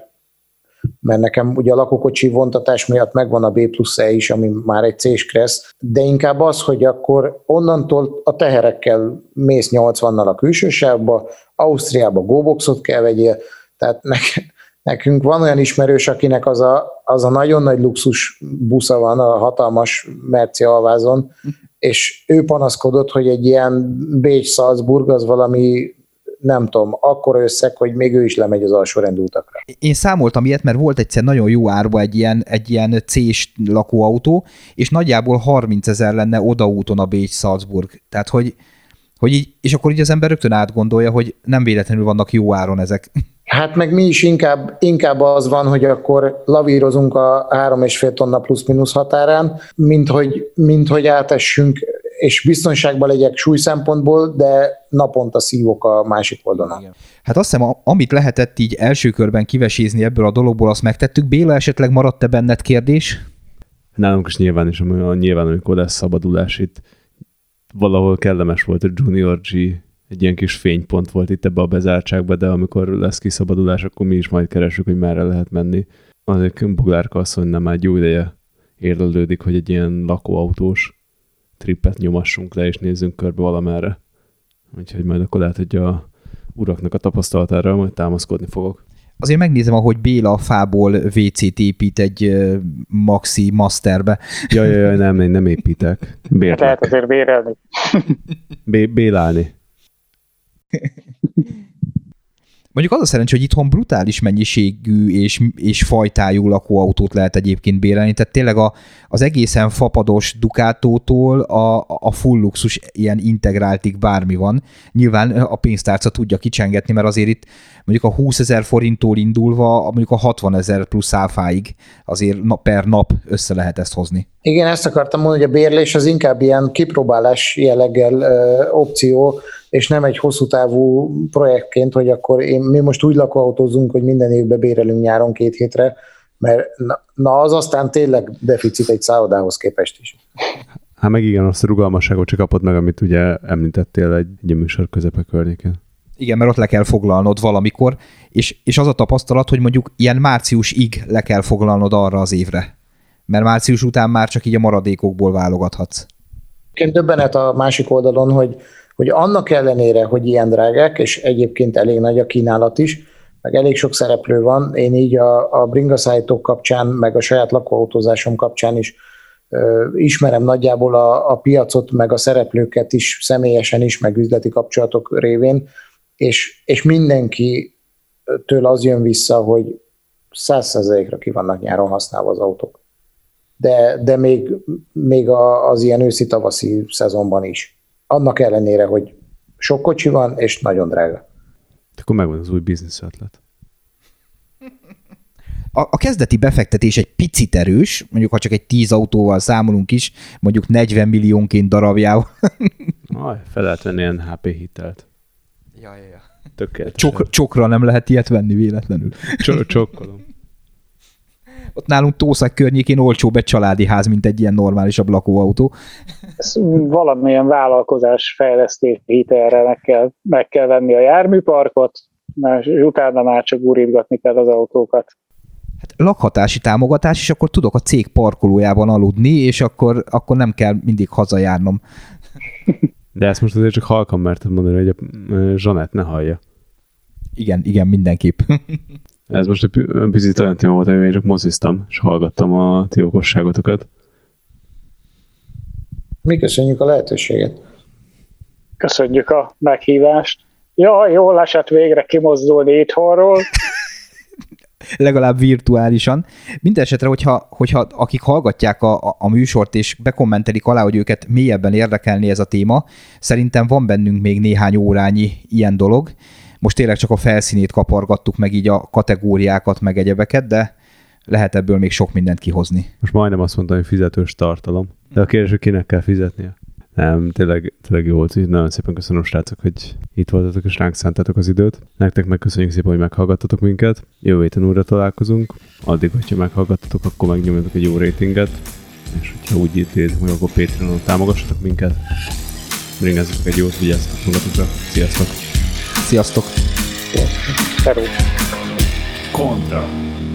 mert nekem ugye a lakókocsi vontatás miatt megvan a B plusz E is, ami már egy C-s kressz, de inkább az, hogy akkor onnantól a teherekkel mész nyolcvannal a külső sávba, Ausztriába Go-boxot kell vegyél, tehát nekünk van olyan ismerős, akinek az a, az a nagyon nagy luxus busza van, a hatalmas Merci alvázon, és ő panaszkodott, hogy egy ilyen Bécs-Salzburg az valami nem tudom, akkora összeg, hogy még ő is lemegy az alsórendű utakra. Én számoltam ilyet, mert volt egyszer nagyon jó árba egy ilyen, egy ilyen C-s lakóautó, és nagyjából harmincezer lenne odaúton a Bécs-Salzburg. Tehát, hogy, hogy így, és akkor így az ember rögtön átgondolja, hogy nem véletlenül vannak jó áron ezek. Hát meg mi is inkább, inkább az van, hogy akkor lavírozunk a három és fél tonna plusz-minusz határán, mint hogy, mint hogy átessünk, és biztonságban legyek súly szempontból, de naponta szívok a másik oldalon. Igen. Hát azt hiszem, amit lehetett így első körben kivesézni ebből a dologból, azt megtettük. Béla, esetleg maradt-e benned kérdés? Nálunk is nyilván is, nyilván amikor lesz szabadulás itt, valahol kellemes volt a Junior G, egy ilyen kis fénypont volt itt ebbe a bezártságba, de amikor lesz kiszabadulás, akkor mi is majd keresünk, hogy merre lehet menni. Azért Boglárka asszony nem egy jó ideje érlelődik, hogy egy ilyen lakóautós trippet nyomassunk le, és nézzünk körbe valamerre. Úgyhogy majd akkor lehet, hogy a uraknak a tapasztalatára majd támaszkodni fogok. Azért megnézem, ahogy Béla a fából vé cét épít egy uh, Maxi Masterbe. Jaj, jaj, jaj, nem, nem építek. Bérlek. Lehet azért bérelni. Bé- bélálni. Mondjuk az a szerencsé, hogy itthon brutális mennyiségű és, és fajtájú lakóautót lehet egyébként bérelni, tehát tényleg a, az egészen fapados Ducatótól a, a full luxus ilyen integráltig bármi van. Nyilván a pénztárca tudja kicsengetni, mert azért itt mondjuk a húszezer forinttól indulva mondjuk a hatvanezer plusz áfáig azért na, per nap össze lehet ezt hozni. Igen, ezt akartam mondani, hogy a bérlés az inkább ilyen kipróbálás jelleggel ö, opció, és nem egy hosszú távú projektként, hogy akkor én, mi most úgy lakóautózunk, hogy minden évben bérelünk nyáron két hétre, mert na, na az aztán tényleg deficit egy szállodához képest is. Hát meg igen, azt a rugalmasságot csak kapod meg, amit ugye említettél egy, egy műsor közepe környéken. Igen, mert ott le kell foglalnod valamikor, és, és az a tapasztalat, hogy mondjuk ilyen márciusig le kell foglalnod arra az évre. Mert március után már csak így a maradékokból válogathatsz. Én döbbenet a másik oldalon, hogy, hogy annak ellenére, hogy ilyen drágák, és egyébként elég nagy a kínálat is, meg elég sok szereplő van, én így a, a bringaszállítók kapcsán, meg a saját lakóautózásom kapcsán is ö, ismerem nagyjából a, a piacot, meg a szereplőket is személyesen is, meg üzleti kapcsolatok révén, és, és mindenkitől az jön vissza, hogy száz százalékra ki vannak nyáron használva az autók. de, de még, még a, az ilyen őszi-tavaszi szezonban is. Annak ellenére, hogy sok kocsi van, és nagyon drága. Akkor megvan az új biznisz ötlet. A, a kezdeti befektetés egy picit erős, mondjuk ha csak egy tíz autóval számolunk is, mondjuk negyven milliónként darabjával. Aj, fel lehet venni ilyen há pé hitelt. Ja, ja, ja. Tökéletesen. Csok, csokra nem lehet ilyet venni véletlenül. Csok, csokkolom. Ott nálunk Tószak környékén olcsóbb egy családi ház, mint egy ilyen normálisabb lakóautó. Ez valamilyen vállalkozás fejlesztés hitelre meg kell, meg kell venni a járműparkot, és utána már csak gurítgatni kell az autókat. Hát lakhatási támogatás, és akkor tudok a cég parkolójában aludni, és akkor, akkor nem kell mindig hazajárnom. De ezt most azért csak halkan merted mondani, hogy a Zsanett ne hallja. Igen, igen, mindenképp. Ez most egy picit olyan téma volt, hogy én csak moziztam, és hallgattam a ti okosságotokat. Mi köszönjük a lehetőséget. Köszönjük a meghívást. Ja, jól esett végre kimozdulni itthonról. Legalább virtuálisan. Mindenesetre, hogyha, hogyha akik hallgatják a, a, a műsort, és bekommentelik alá, hogy őket mélyebben érdekelni ez a téma, szerintem van bennünk még néhány órányi ilyen dolog. Most tényleg csak a felszínét kapargattuk, meg így a kategóriákat, meg egyebeket, de lehet ebből még sok mindent kihozni. Most majdnem azt mondtam, hogy fizetős tartalom. De a kérdés, hogy kinek kell fizetnie? Nem, tényleg, tényleg jó volt. Nagyon szépen köszönöm, srácok, hogy itt voltatok, és ránk szántátok az időt. Nektek meg köszönjük szépen, hogy meghallgattatok minket. Jövő héten újra találkozunk. Addig, hogyha meghallgattatok, akkor megnyomjatok egy jó ratinget. És hogyha úgy ítélitek meg, akkor Patreonon támogassatok minket. Bringázzatok egy jót, vigyázzatok magatokra. Sziasztok! Sziasztok! Szervusz! Kontra!